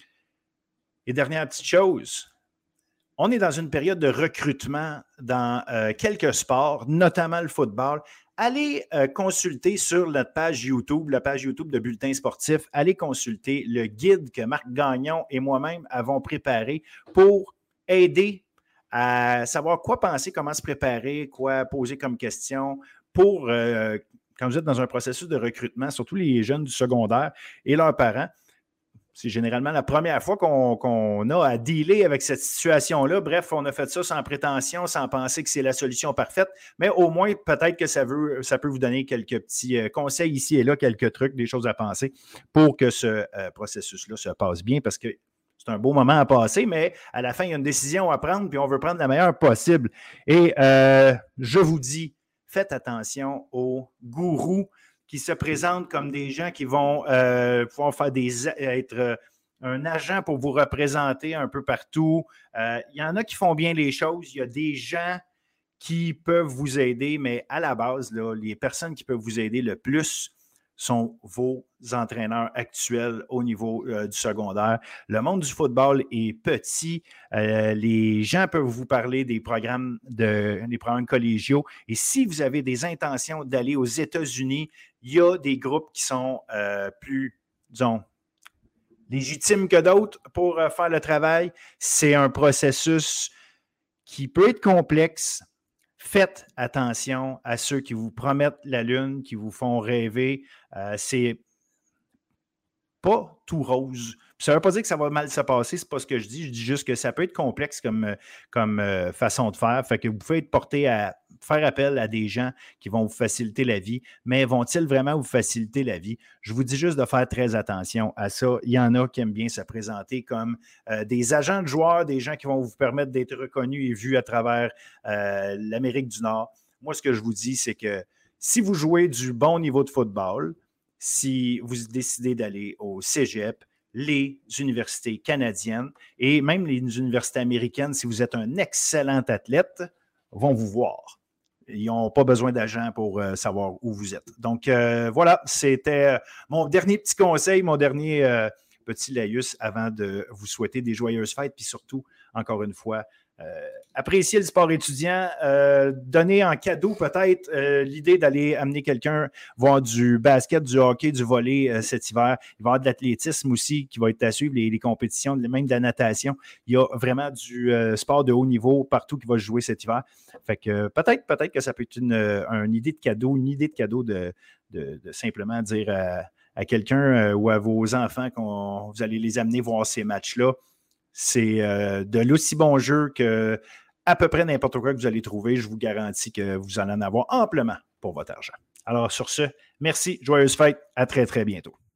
Et dernière petite chose, on est dans une période de recrutement dans quelques sports, notamment le football. Allez consulter sur notre page YouTube, la page YouTube de Bulletin sportif, allez consulter le guide que Marc Gagnon et moi-même avons préparé pour aider à savoir quoi penser, comment se préparer, quoi poser comme question pour, quand vous êtes dans un processus de recrutement, surtout les jeunes du secondaire et leurs parents. C'est généralement la première fois qu'on a à dealer avec cette situation-là. Bref, on a fait ça sans prétention, sans penser que c'est la solution parfaite, mais au moins, peut-être que ça peut vous donner quelques petits conseils ici et là, quelques trucs, des choses à penser pour que ce processus-là se passe bien, parce que c'est un beau moment à passer, mais à la fin, il y a une décision à prendre, puis on veut prendre la meilleure possible. Et je vous dis, faites attention aux gourous qui se présentent comme des gens qui vont pouvoir être un agent pour vous représenter un peu partout. Il y en a qui font bien les choses. Il y a des gens qui peuvent vous aider, mais à la base, là, les personnes qui peuvent vous aider le plus sont vos entraîneurs actuels au niveau du secondaire. Le monde du football est petit. Les gens peuvent vous parler des programmes collégiaux. Et si vous avez des intentions d'aller aux États-Unis, il y a des groupes qui sont plus, disons, légitimes que d'autres pour faire le travail. C'est un processus qui peut être complexe. Faites attention à ceux qui vous promettent la lune, qui vous font rêver. C'est pas tout rose. Ça ne veut pas dire que ça va mal se passer, c'est pas ce que je dis. Je dis juste que ça peut être complexe comme façon de faire. Fait que vous pouvez être porté à faire appel à des gens qui vont vous faciliter la vie, mais vont-ils vraiment vous faciliter la vie? Je vous dis juste de faire très attention à ça. Il y en a qui aiment bien se présenter comme des agents de joueurs, des gens qui vont vous permettre d'être reconnus et vus à travers l'Amérique du Nord. Moi, ce que je vous dis, c'est que si vous jouez du bon niveau de football, si vous décidez d'aller au cégep, les universités canadiennes et même les universités américaines, si vous êtes un excellent athlète, vont vous voir. Ils n'ont pas besoin d'agents pour savoir où vous êtes. Donc, voilà, c'était mon dernier petit conseil, mon dernier petit laïus avant de vous souhaiter des joyeuses fêtes. Puis surtout, encore une fois, apprécier le sport étudiant, donner en cadeau peut-être l'idée d'aller amener quelqu'un voir du basket, du hockey, du volley cet hiver. Il va y avoir de l'athlétisme aussi qui va être à suivre, les compétitions, même de la natation. Il y a vraiment du sport de haut niveau partout qui va se jouer cet hiver. Fait que peut-être que ça peut être une idée de cadeau, de simplement dire à quelqu'un ou à vos enfants vous allez les amener voir ces matchs-là. C'est de l'aussi bon jeu que à peu près n'importe quoi que vous allez trouver. Je vous garantis que vous allez en avoir amplement pour votre argent. Alors sur ce, merci, joyeuses fêtes, à très très bientôt.